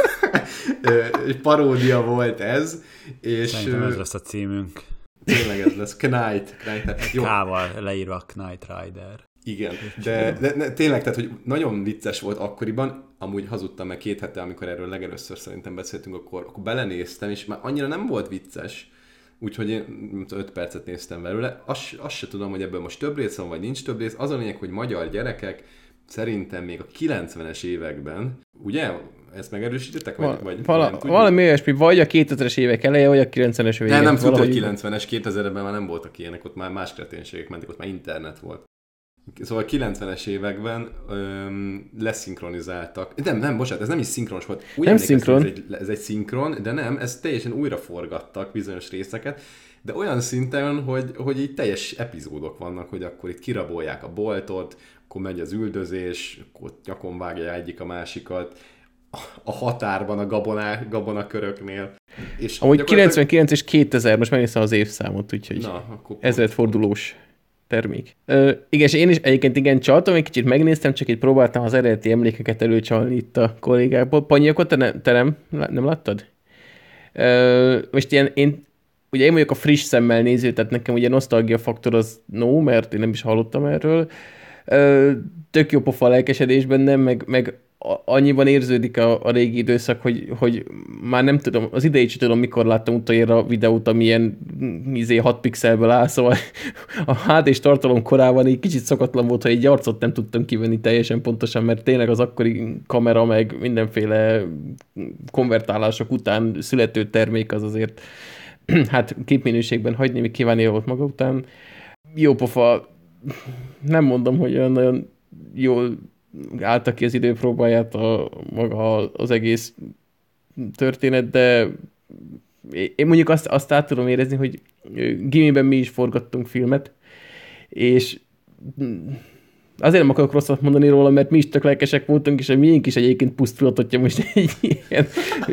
paródia volt ez, és... Szerintem ez lesz a címünk. Tényleg ez lesz, Knight. Knight. K-val leírva Knight Rider. Igen, de, de, de tényleg, tehát, hogy nagyon vicces volt akkoriban, amúgy hazudtam meg két hete, amikor erről legelőször szerintem beszéltünk, akkor, akkor belenéztem, és már annyira nem volt vicces, úgyhogy én öt percet néztem belőle. Azt, azt se tudom, hogy ebből most több rész van, vagy nincs több rész. Az a lényeg, hogy magyar gyerekek szerintem még a kilencvenes években, ugye? Ezt megerősítettek? Vagy, vagy Vala, valami olyasmi, vagy a kétezres évek eleje, vagy a kilencvenes évek. Nem, nem tudod, hogy kilencvenes, kétezerben már nem voltak ilyenek, ott már más kreténségek mentek, ott már internet volt. Szóval a kilencvenes években öm, leszinkronizáltak. Nem, nem, bocsánat, ez nem is szinkronos volt. Úgy nem szinkron. Ez egy, ez egy szinkron, de nem, ez teljesen újra forgattak bizonyos részeket, de olyan szinten, hogy, hogy így teljes epizódok vannak, hogy akkor itt kirabolják a boltot, akkor megy az üldözés, akkor nyakon vágja egyik a másikat, a határban a gaboná, gabonaköröknél. És amúgy kilencvenkilenc és kétezer, most megnéztem az évszámot, úgyhogy na, ezredfordulós termék. Ö, igen, és én is egyébként igen csaltam, egy kicsit megnéztem, csak itt próbáltam az eredeti emlékeket előcsalni itt a kollégákból. Panyi, akkor te, ne, te nem, nem láttad? Ö, most ilyen, én, ugye én vagyok a friss szemmel néző, tehát nekem ugye nosztalgia faktor az no, mert én nem is hallottam erről. Ö, tök jó pofa a lelkesedésben, nem, meg, meg annyiban érződik a, a régi időszak, hogy, hogy már nem tudom, az idejét sem tudom, mikor láttam utoljára a videót, amilyen izé, hat pixelből áll, szóval a há dés tartalom korában egy kicsit szokatlan volt, hogy egy arcot nem tudtam kivenni teljesen pontosan, mert tényleg az akkori kamera, meg mindenféle konvertálások után születő termék az azért hát képminőségben hagyni, még kívánni volt maga után. Jó pofa, nem mondom, hogy olyan nagyon jól álltak ki az időpróbáját a, maga az egész történet, de én mondjuk azt, azt át tudom érezni, hogy gimiben mi is forgattunk filmet, és azért nem akarok rosszat mondani róla, mert mi is tök lelkesek voltunk, és a miénk is egyébként pusztulatott, hogyha most egy ilyen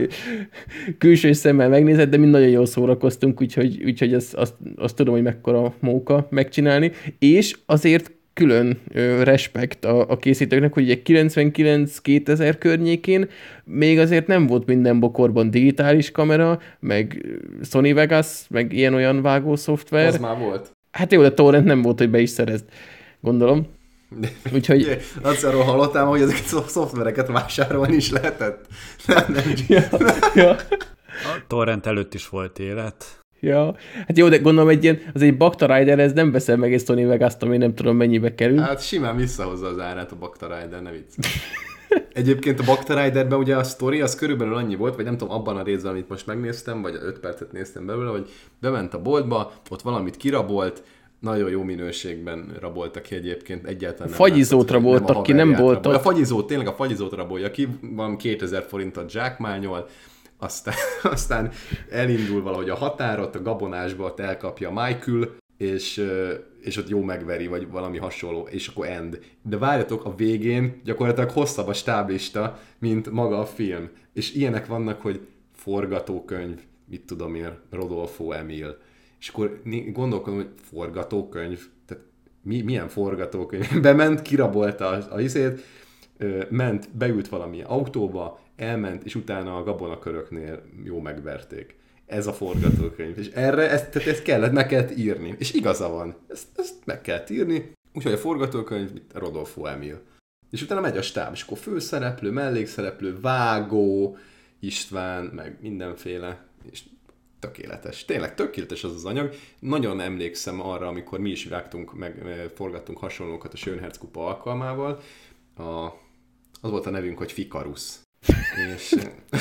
külső szemmel megnézed, de mi nagyon jól szórakoztunk, úgyhogy, úgyhogy azt, azt, azt tudom, hogy mekkora móka megcsinálni, és azért külön ö, respekt a, a készítőknek, hogy ugye kilencvenkilenc-kétezer környékén még azért nem volt minden bokorban digitális kamera, meg Sony Vegas, meg ilyen-olyan vágó szoftver. Az már volt. Hát jó, de torrent nem volt, hogy be is szerezd, gondolom. Úgyhogy... Azt arról hallottál, hogy ezeket a szoftvereket vásárolni is lehetett. Nem, nem. Ja, ja. A torrent előtt is volt élet. Ja, hát jó, de gondolom egy ilyen, az egy Bacta Rider, ez nem veszel meg egy Sony Vegas-t, ami nem tudom mennyibe kerül. Hát simán visszahozza az árát a Bacta Rider, ne vicc. Egyébként a Bacta Riderben ugye a sztori az körülbelül annyi volt, vagy nem tudom, abban a részben, amit most megnéztem, vagy öt percet néztem belőle, hogy bement a boltba, ott valamit kirabolt, nagyon jó minőségben raboltak ki egyébként, egyáltalán nem. Fagyizót raboltak ki, nem volt ott. A fagyizót, tényleg a fagyizót rabolja ki, van kétezer forintot zsákmányol, aztán, aztán elindul valahogy a határot, a gabonásba ott elkapja Michael, és, és ott jó megveri, vagy valami hasonló, és akkor end. De várjatok, a végén gyakorlatilag hosszabb a stáblista, mint maga a film. És ilyenek vannak, hogy forgatókönyv, mit tudom én, Rodolfo Emil. És akkor gondolkodom, hogy forgatókönyv, tehát mi, milyen forgatókönyv? Bement, kirabolta a, a izét, ment, beült valami autóba, elment, és utána a gabonaköröknél jó megverték. Ez a forgatókönyv. És erre ezt, tehát ezt kellett, meg kellett írni. És igaza van. Ezt, ezt meg kellett írni. Úgyhogy a forgatókönyv, Rodolfo Emil. És utána megy a stáb, és akkor főszereplő, mellékszereplő, vágó, István, meg mindenféle, és tökéletes. Tényleg tökéletes az az anyag. Nagyon emlékszem arra, amikor mi is vágtunk, meg forgattunk hasonlókat a Schönherz kupa alkalmával. A, az volt a nevünk, hogy Fikarusz. És...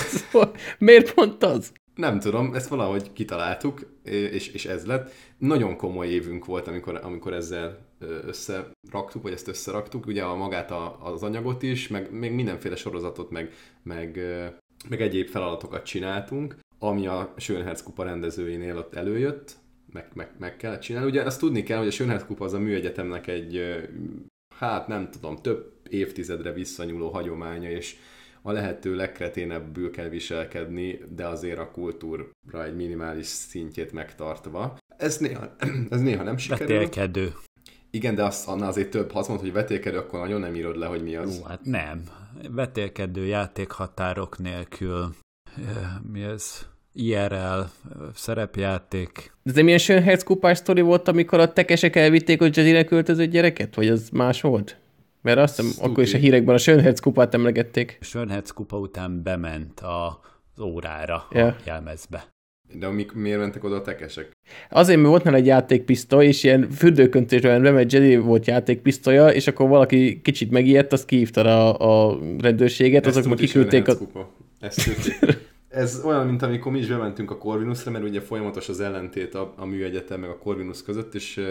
Miért pont az? Nem tudom, ezt valahogy kitaláltuk, és, és ez lett. Nagyon komoly évünk volt, amikor, amikor ezzel összeraktuk, vagy ezt összeraktuk, ugye a magát a, az anyagot is, meg még mindenféle sorozatot, meg, meg, meg egyéb feladatokat csináltunk, ami a Schönherz kupa rendezőinél ott előjött, meg, meg, meg kellett csinálni. Ugye azt tudni kell, hogy a Schönherz kupa az a műegyetemnek egy, hát nem tudom, több évtizedre visszanyúló hagyománya, és a lehető legkreténebbül kell viselkedni, de azért a kultúra egy minimális szintjét megtartva. Ez néha, ez néha nem sikerül. Vetélkedő. Igen, de az, annál azért több. Ha azt mondod, hogy vetélkedő, akkor nagyon nem írod le, hogy mi az. Ó, hát nem. Vetélkedő játékhatárok nélkül. Mi ez? I R L, szerepjáték. Ez nem ilyen Schönherz kupás sztori volt, amikor a tekesek elvitték a Jazire költöző gyereket? Vagy az más volt? Mert azt hiszem, Stupi. Akkor is a hírekben a Schönherz kupát emlegették. A Schönherz kupa után bement az órára, ja. a jelmezbe. De amik, miért mentek oda a tekesek? Azért, mert volt nála egy játékpisztoly, és ilyen fürdőköntésben bement, Jedi volt játékpisztolya, és akkor valaki kicsit megijedt, azt kihívta a, a rendőrséget, azok meg kiküldték a... Ezt Ez olyan, mint amikor mi is bementünk a Corvinusra, mert ugye folyamatos az ellentét a, a műegyetem meg a Corvinus között, és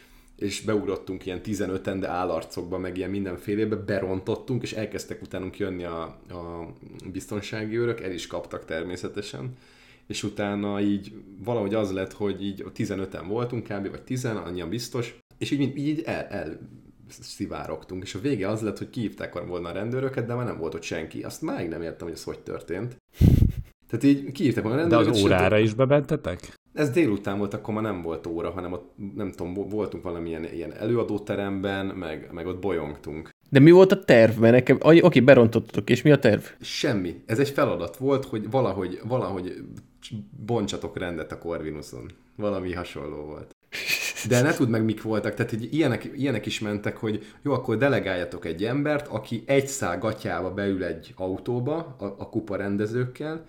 és beugrottunk ilyen tizenöten, de állarcokba, meg ilyen mindenfélébe, berontottunk, és elkezdtek utánunk jönni a, a biztonsági őrök, el is kaptak természetesen, és utána így valahogy az lett, hogy így tizenöten voltunk kb. Vagy tíz, annyian biztos, és így, így el, el szivárogtunk, és a vége az lett, hogy kihívták volna a rendőröket, de már nem volt ott senki. Azt máig nem értem, hogy ez hogy történt. Tehát így kihívták volna a rendőröket. De az órára is bebentetek? Ez délután volt, akkor már nem volt óra, hanem ott, nem tudom, voltunk valamilyen ilyen előadóteremben, meg, meg ott bolyongtunk. De mi volt a terv? Mert nekem, oké, berontottatok, és mi a terv? Semmi. Ez egy feladat volt, hogy valahogy, valahogy bontsatok rendet a Corvinuson. Valami hasonló volt. De ne tudd meg, mik voltak. Tehát hogy ilyenek, ilyenek is mentek, hogy jó, akkor delegáljatok egy embert, aki egy szál gatyába beül egy autóba a, a kupa rendezőkkel,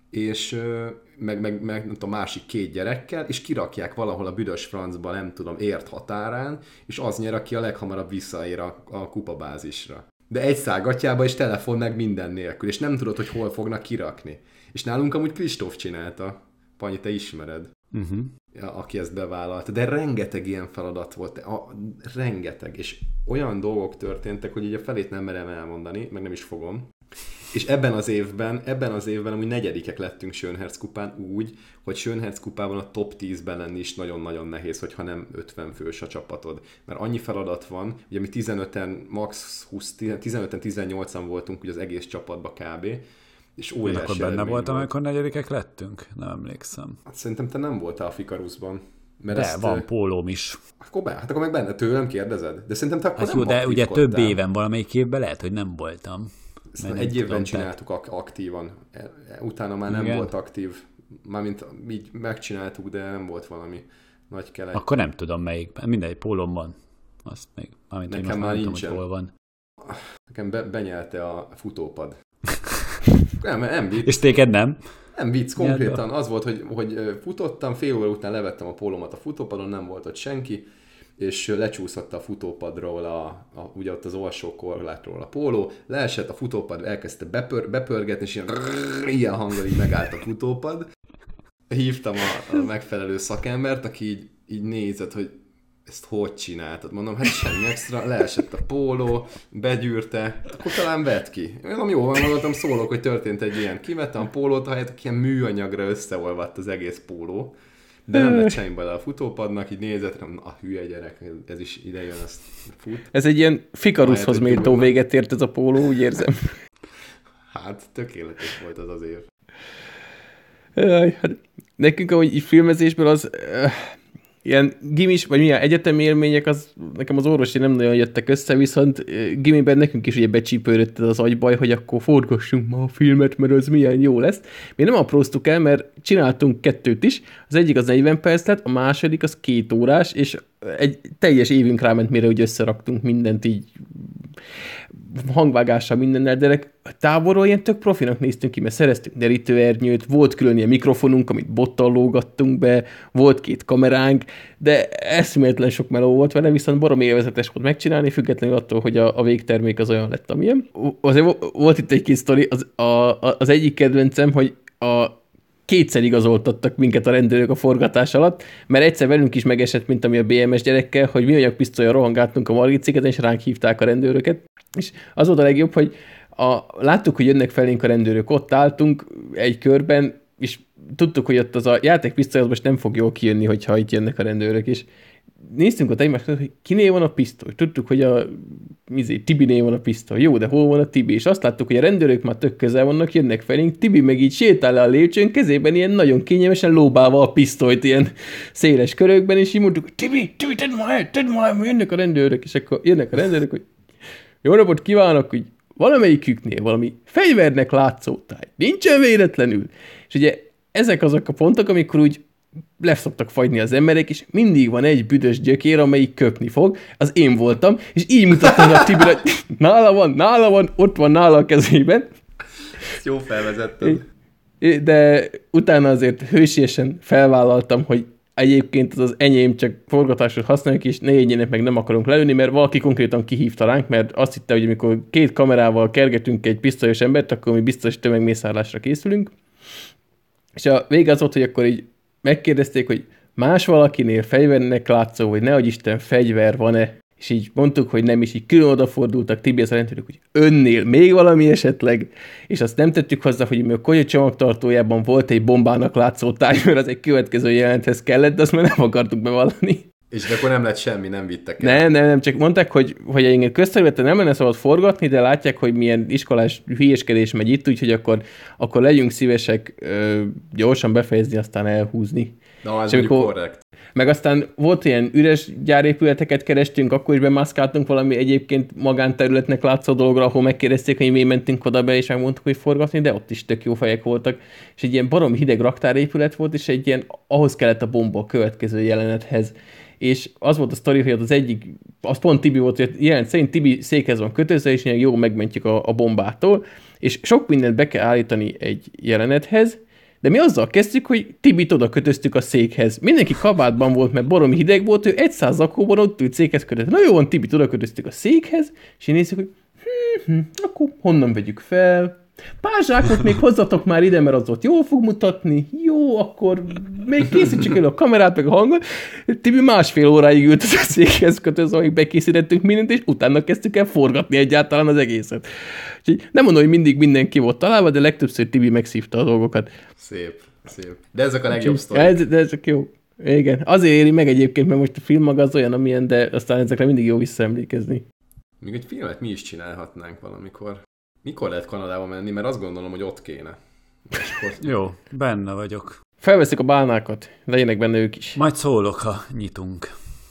és meg, meg, meg nem tudom, másik két gyerekkel, és kirakják valahol a büdös francba, nem tudom, ért határán, és az nyer, aki a leghamarabb visszaér a, a kupabázisra. De egy szál gatyába, és telefon meg minden nélkül, és nem tudod, hogy hol fognak kirakni. És nálunk amúgy Kristóf csinálta. Panyi, te ismered. Uh-huh. Ja, aki ezt bevállalta. De rengeteg ilyen feladat volt. A, rengeteg. És olyan dolgok történtek, hogy így a felét nem merem elmondani, meg nem is fogom. És ebben az évben, ebben az évben amúgy negyedikek lettünk Schönherz kupán úgy, hogy Schönherz kupában a top tízben lenni is nagyon-nagyon nehéz, hogyha nem ötven fős a csapatod. Mert annyi feladat van, ugye mi tizenöten, max. húsz, tizenöten tizennyolcan voltunk ugye az egész csapatba kb. És óriási. Én akkor benne voltam, volt. Amikor negyedikek lettünk? Nem emlékszem. Hát szerintem te nem voltál a Fikaruszban. Mert de, ezt, van pólóm is. Akkor be, hát akkor meg benne tőlem kérdezed. De szerintem te akkor hát nem jó, de ugye több éven, valamelyik évben lehet, hogy nem voltam. Egy évben csináltuk ak- aktívan. Utána már nem igen. volt aktív. Mármint így megcsináltuk, de nem volt valami nagy kelej. Akkor nem tudom melyikben. Mindegy, pólom van. Azt még, mármint nekem már nem nincsen. Tudom, hogy hol van. Nekem be- benyelte a futópad. nem, nem vicc. És téged nem? Nem vicc, konkrétan az volt, hogy, hogy futottam, fél óra után levettem a pólómat a futópadon, nem volt ott senki, és lecsúszott a futópadról, a, a, ugye ott az alsó korlátról a póló, leesett a futópad, elkezdte bepör, bepörgetni, és ilyen, rrr, ilyen hanggal így megállt a futópad. Hívtam a, a megfelelő szakembert, aki így, így nézett, hogy ezt hogy csináltad? Mondom, hát semmi extra, leesett a póló, begyűrte, akkor talán vedd ki. Mondom, jó van, gondoltam, szólok, hogy történt egy ilyen. Kivettem a pólót, ahelyett ilyen műanyagra összeolvadt az egész póló. De nem lett semmi bele a futópadnak, így nézett, nem, a hülye gyerek, ez is ide jön, azt fut. Ez egy ilyen Fikaruszhoz méltó véget ért ez a póló, úgy érzem. Hát, tökéletes volt az azért. Jaj, hát nekünk, ahogy így filmezésből az uh, ilyen gimis, vagy milyen egyetemi élmények, az, nekem az orvosi nem nagyon jöttek össze, viszont uh, gimiben nekünk is ugye becsípődött az agybaj, hogy akkor forgassunk ma a filmet, mert az milyen jó lesz. Mi nem apróztuk el, mert csináltunk kettőt is, az egyik az negyven perc lett, a második az két órás, és egy teljes évünk ráment, mire úgy összeraktunk mindent így hangvágással mindennel, de távolról ilyen tök profinak néztünk ki, mert szereztünk derítőernyőt, volt külön ilyen mikrofonunk, amit bottal lógattunk be, volt két kameránk, de eszméletlen sok meló volt vele, viszont baromi élvezetes volt megcsinálni, függetlenül attól, hogy a, a végtermék az olyan lett, amilyen. Azért volt itt egy kis sztori, az, a, az egyik kedvencem, hogy a kétszer igazoltattak minket a rendőrök a forgatás alatt, mert egyszer velünk is megesett, mint ami a bé em es gyerekkel, hogy műanyag pisztollyal rohangáltunk a Margit szigeten, és ránk hívták a rendőröket. És az volt a legjobb, hogy a, láttuk, hogy jönnek felénk a rendőrök, ott álltunk egy körben, és tudtuk, hogy ott az a játékpisztoly az most nem fog jól kijönni, hogyha itt jönnek a rendőrök, és néztünk ott egymást, hogy kinél van a pisztoly. Tudtuk, hogy a izé, Tibinél van a pisztoly. Jó, de hol van a Tibi? És azt láttuk, hogy a rendőrök már tök közel vannak, jönnek felénk, Tibi meg így sétál le a lépcsőn, kezében ilyen nagyon kényelmesen lóbálva a pisztolyt ilyen széles körökben, és így mondtuk, Tibi, Tibi, tedd ma el, tedd ma el, jönnek a rendőrök, és akkor jönnek a rendőrök, hogy jó napot kívánok, hogy valamelyiküknél valami fegyvernek látszó táj. Nincsen véletlenül. És ugye ezek azok a pontok, amikor úgy le szoktak fagyni az emberek, és mindig van egy büdös gyökér, amelyik köpni fog. Az én voltam, és így mutattam a Tibire, hogy nála van, nála van, ott van nála a kezében. Ezt jó felvezetted. De utána azért hősiesen felvállaltam, hogy egyébként az az enyém, csak forgatáshoz használjuk, és ne égyenek meg, nem akarunk leülni, mert valaki konkrétan kihívta ránk, mert azt hitte, hogy amikor két kamerával kergetünk egy pisztolyos embert, akkor mi biztos tömegmészárlásra készülünk. És a vége az volt, hogy akkor így megkérdezték, hogy más valakinél fegyvernek látszó, hogy nehogy Isten fegyver van-e, és így mondtuk, hogy nem, is így külön odafordultak Tibi, azt rendőrök, hogy önnél még valami esetleg, és azt nem tettük hozzá, hogy mi a kocsi csomagtartójában volt egy bombának látszó táj, mert az egy következő jelenthez kellett, de azt már nem akartuk bevallani. És de akkor nem lett semmi, nem vittek el. Nem, nem, nem, csak mondták, hogy, hogy engem közterületen nem lenne szabad forgatni, de látják, hogy milyen iskolás hülyéskedés megy itt, úgyhogy akkor, akkor legyünk szívesek ö, gyorsan befejezni, aztán elhúzni. Na, ez mondjuk korrekt. Meg aztán volt ilyen üres gyárépületeket kerestünk, akkor is bemászkáltunk valami egyébként magánterületnek látszó dologra, ahol megkérdezték, hogy mi mentünk oda be, és megmondtuk, hogy forgatni, de ott is tök jó fejek voltak. És egy ilyen barom hideg raktárépület volt, és egy ilyen, ahhoz kellett a bomba a következő jelenethez. És az volt a sztori, hogy az egyik, az pont Tibi volt, hogy jelent szerint Tibi székhez van kötözve, és jó megmentjük a, a bombától, és sok mindent be kell állítani egy jelenethez, de mi azzal kezdtük, hogy Tibit oda kötöztük a székhez. Mindenki kabátban volt, mert baromi hideg volt, ő egy száz zakóban ott ült székhez kötött. Na jó van, Tibit oda kötöztük a székhez, és én nézzük, hogy hm, hm, akkor honnan vegyük fel? Pár zsákot még hozzatok már ide, mert az ott jól fog mutatni. Jó, akkor még készítsük el a kamerát, meg a hangot. Tibi másfél óráig ült az a székhez kötözve, amíg bekészítettünk mindent, és utána kezdtük el forgatni egyáltalán az egészet. Úgyhogy nem mondom, hogy mindig mindenki volt találva, de legtöbbször Tibi megszívta a dolgokat. Szép, szép. De ezek a legjobb sztorik. Ez, de ezek jó. Igen. Azért éri meg egyébként, mert most a film maga az olyan, amilyen, de aztán ezekre mindig jó visszaemlékezni. Még egy filmet mi is csinálhatnánk valamikor. Mikor lehet Kanadába menni, mert azt gondolom, hogy ott kéne. Akkor... Jó, benne vagyok. Felveszik a bálnákat, legyenek benne ők is. Majd szólok, ha nyitunk.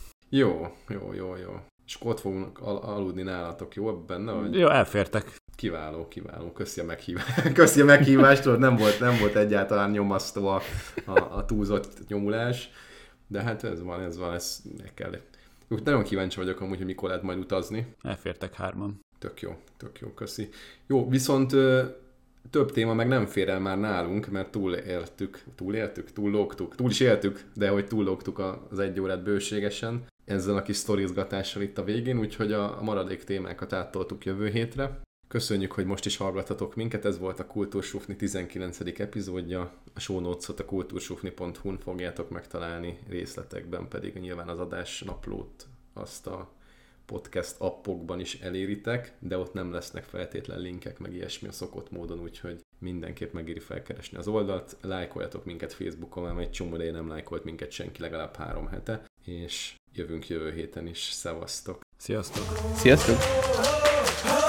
Jó, jó, jó, jó. És akkor ott fogunk al- aludni nálatok, jó? Benne vagy? Jó, elfértek. Kiváló, kiváló. Köszi a meghívást. Köszi a meghívást, nem volt, nem volt egyáltalán nyomasztó a, a, a túlzott nyomulás. De hát ez van, ez van, ez kell. Jó, nagyon kíváncsi vagyok amúgy, hogy mikor lehet majd utazni. Elfértek hárman. Tök jó, tök jó, köszi. Jó, viszont több téma meg nem fér el már nálunk, mert túléltük, túléltük, túllógtuk, túl is éltük, de hogy túllógtuk az egy órát bőségesen ezzel a kis sztorizgatással itt a végén, úgyhogy a maradék témákat áttoltuk jövő hétre. Köszönjük, hogy most is hallgattatok minket, ez volt a Kultúrsufni tizenkilencedik epizódja. A show notes-ot a kultursufni pont hu-n fogjátok megtalálni, részletekben pedig nyilván az adás naplót azt a podcast appokban is eléritek, de ott nem lesznek feltétlen linkek, meg ilyesmi a szokott módon, úgyhogy mindenképp megéri felkeresni az oldalt. Lájkoljatok minket Facebookon, mert egy csomó ideje nem lájkolt minket senki legalább három hete, és jövünk jövő héten is. Szevasztok! Sziasztok! Sziasztok!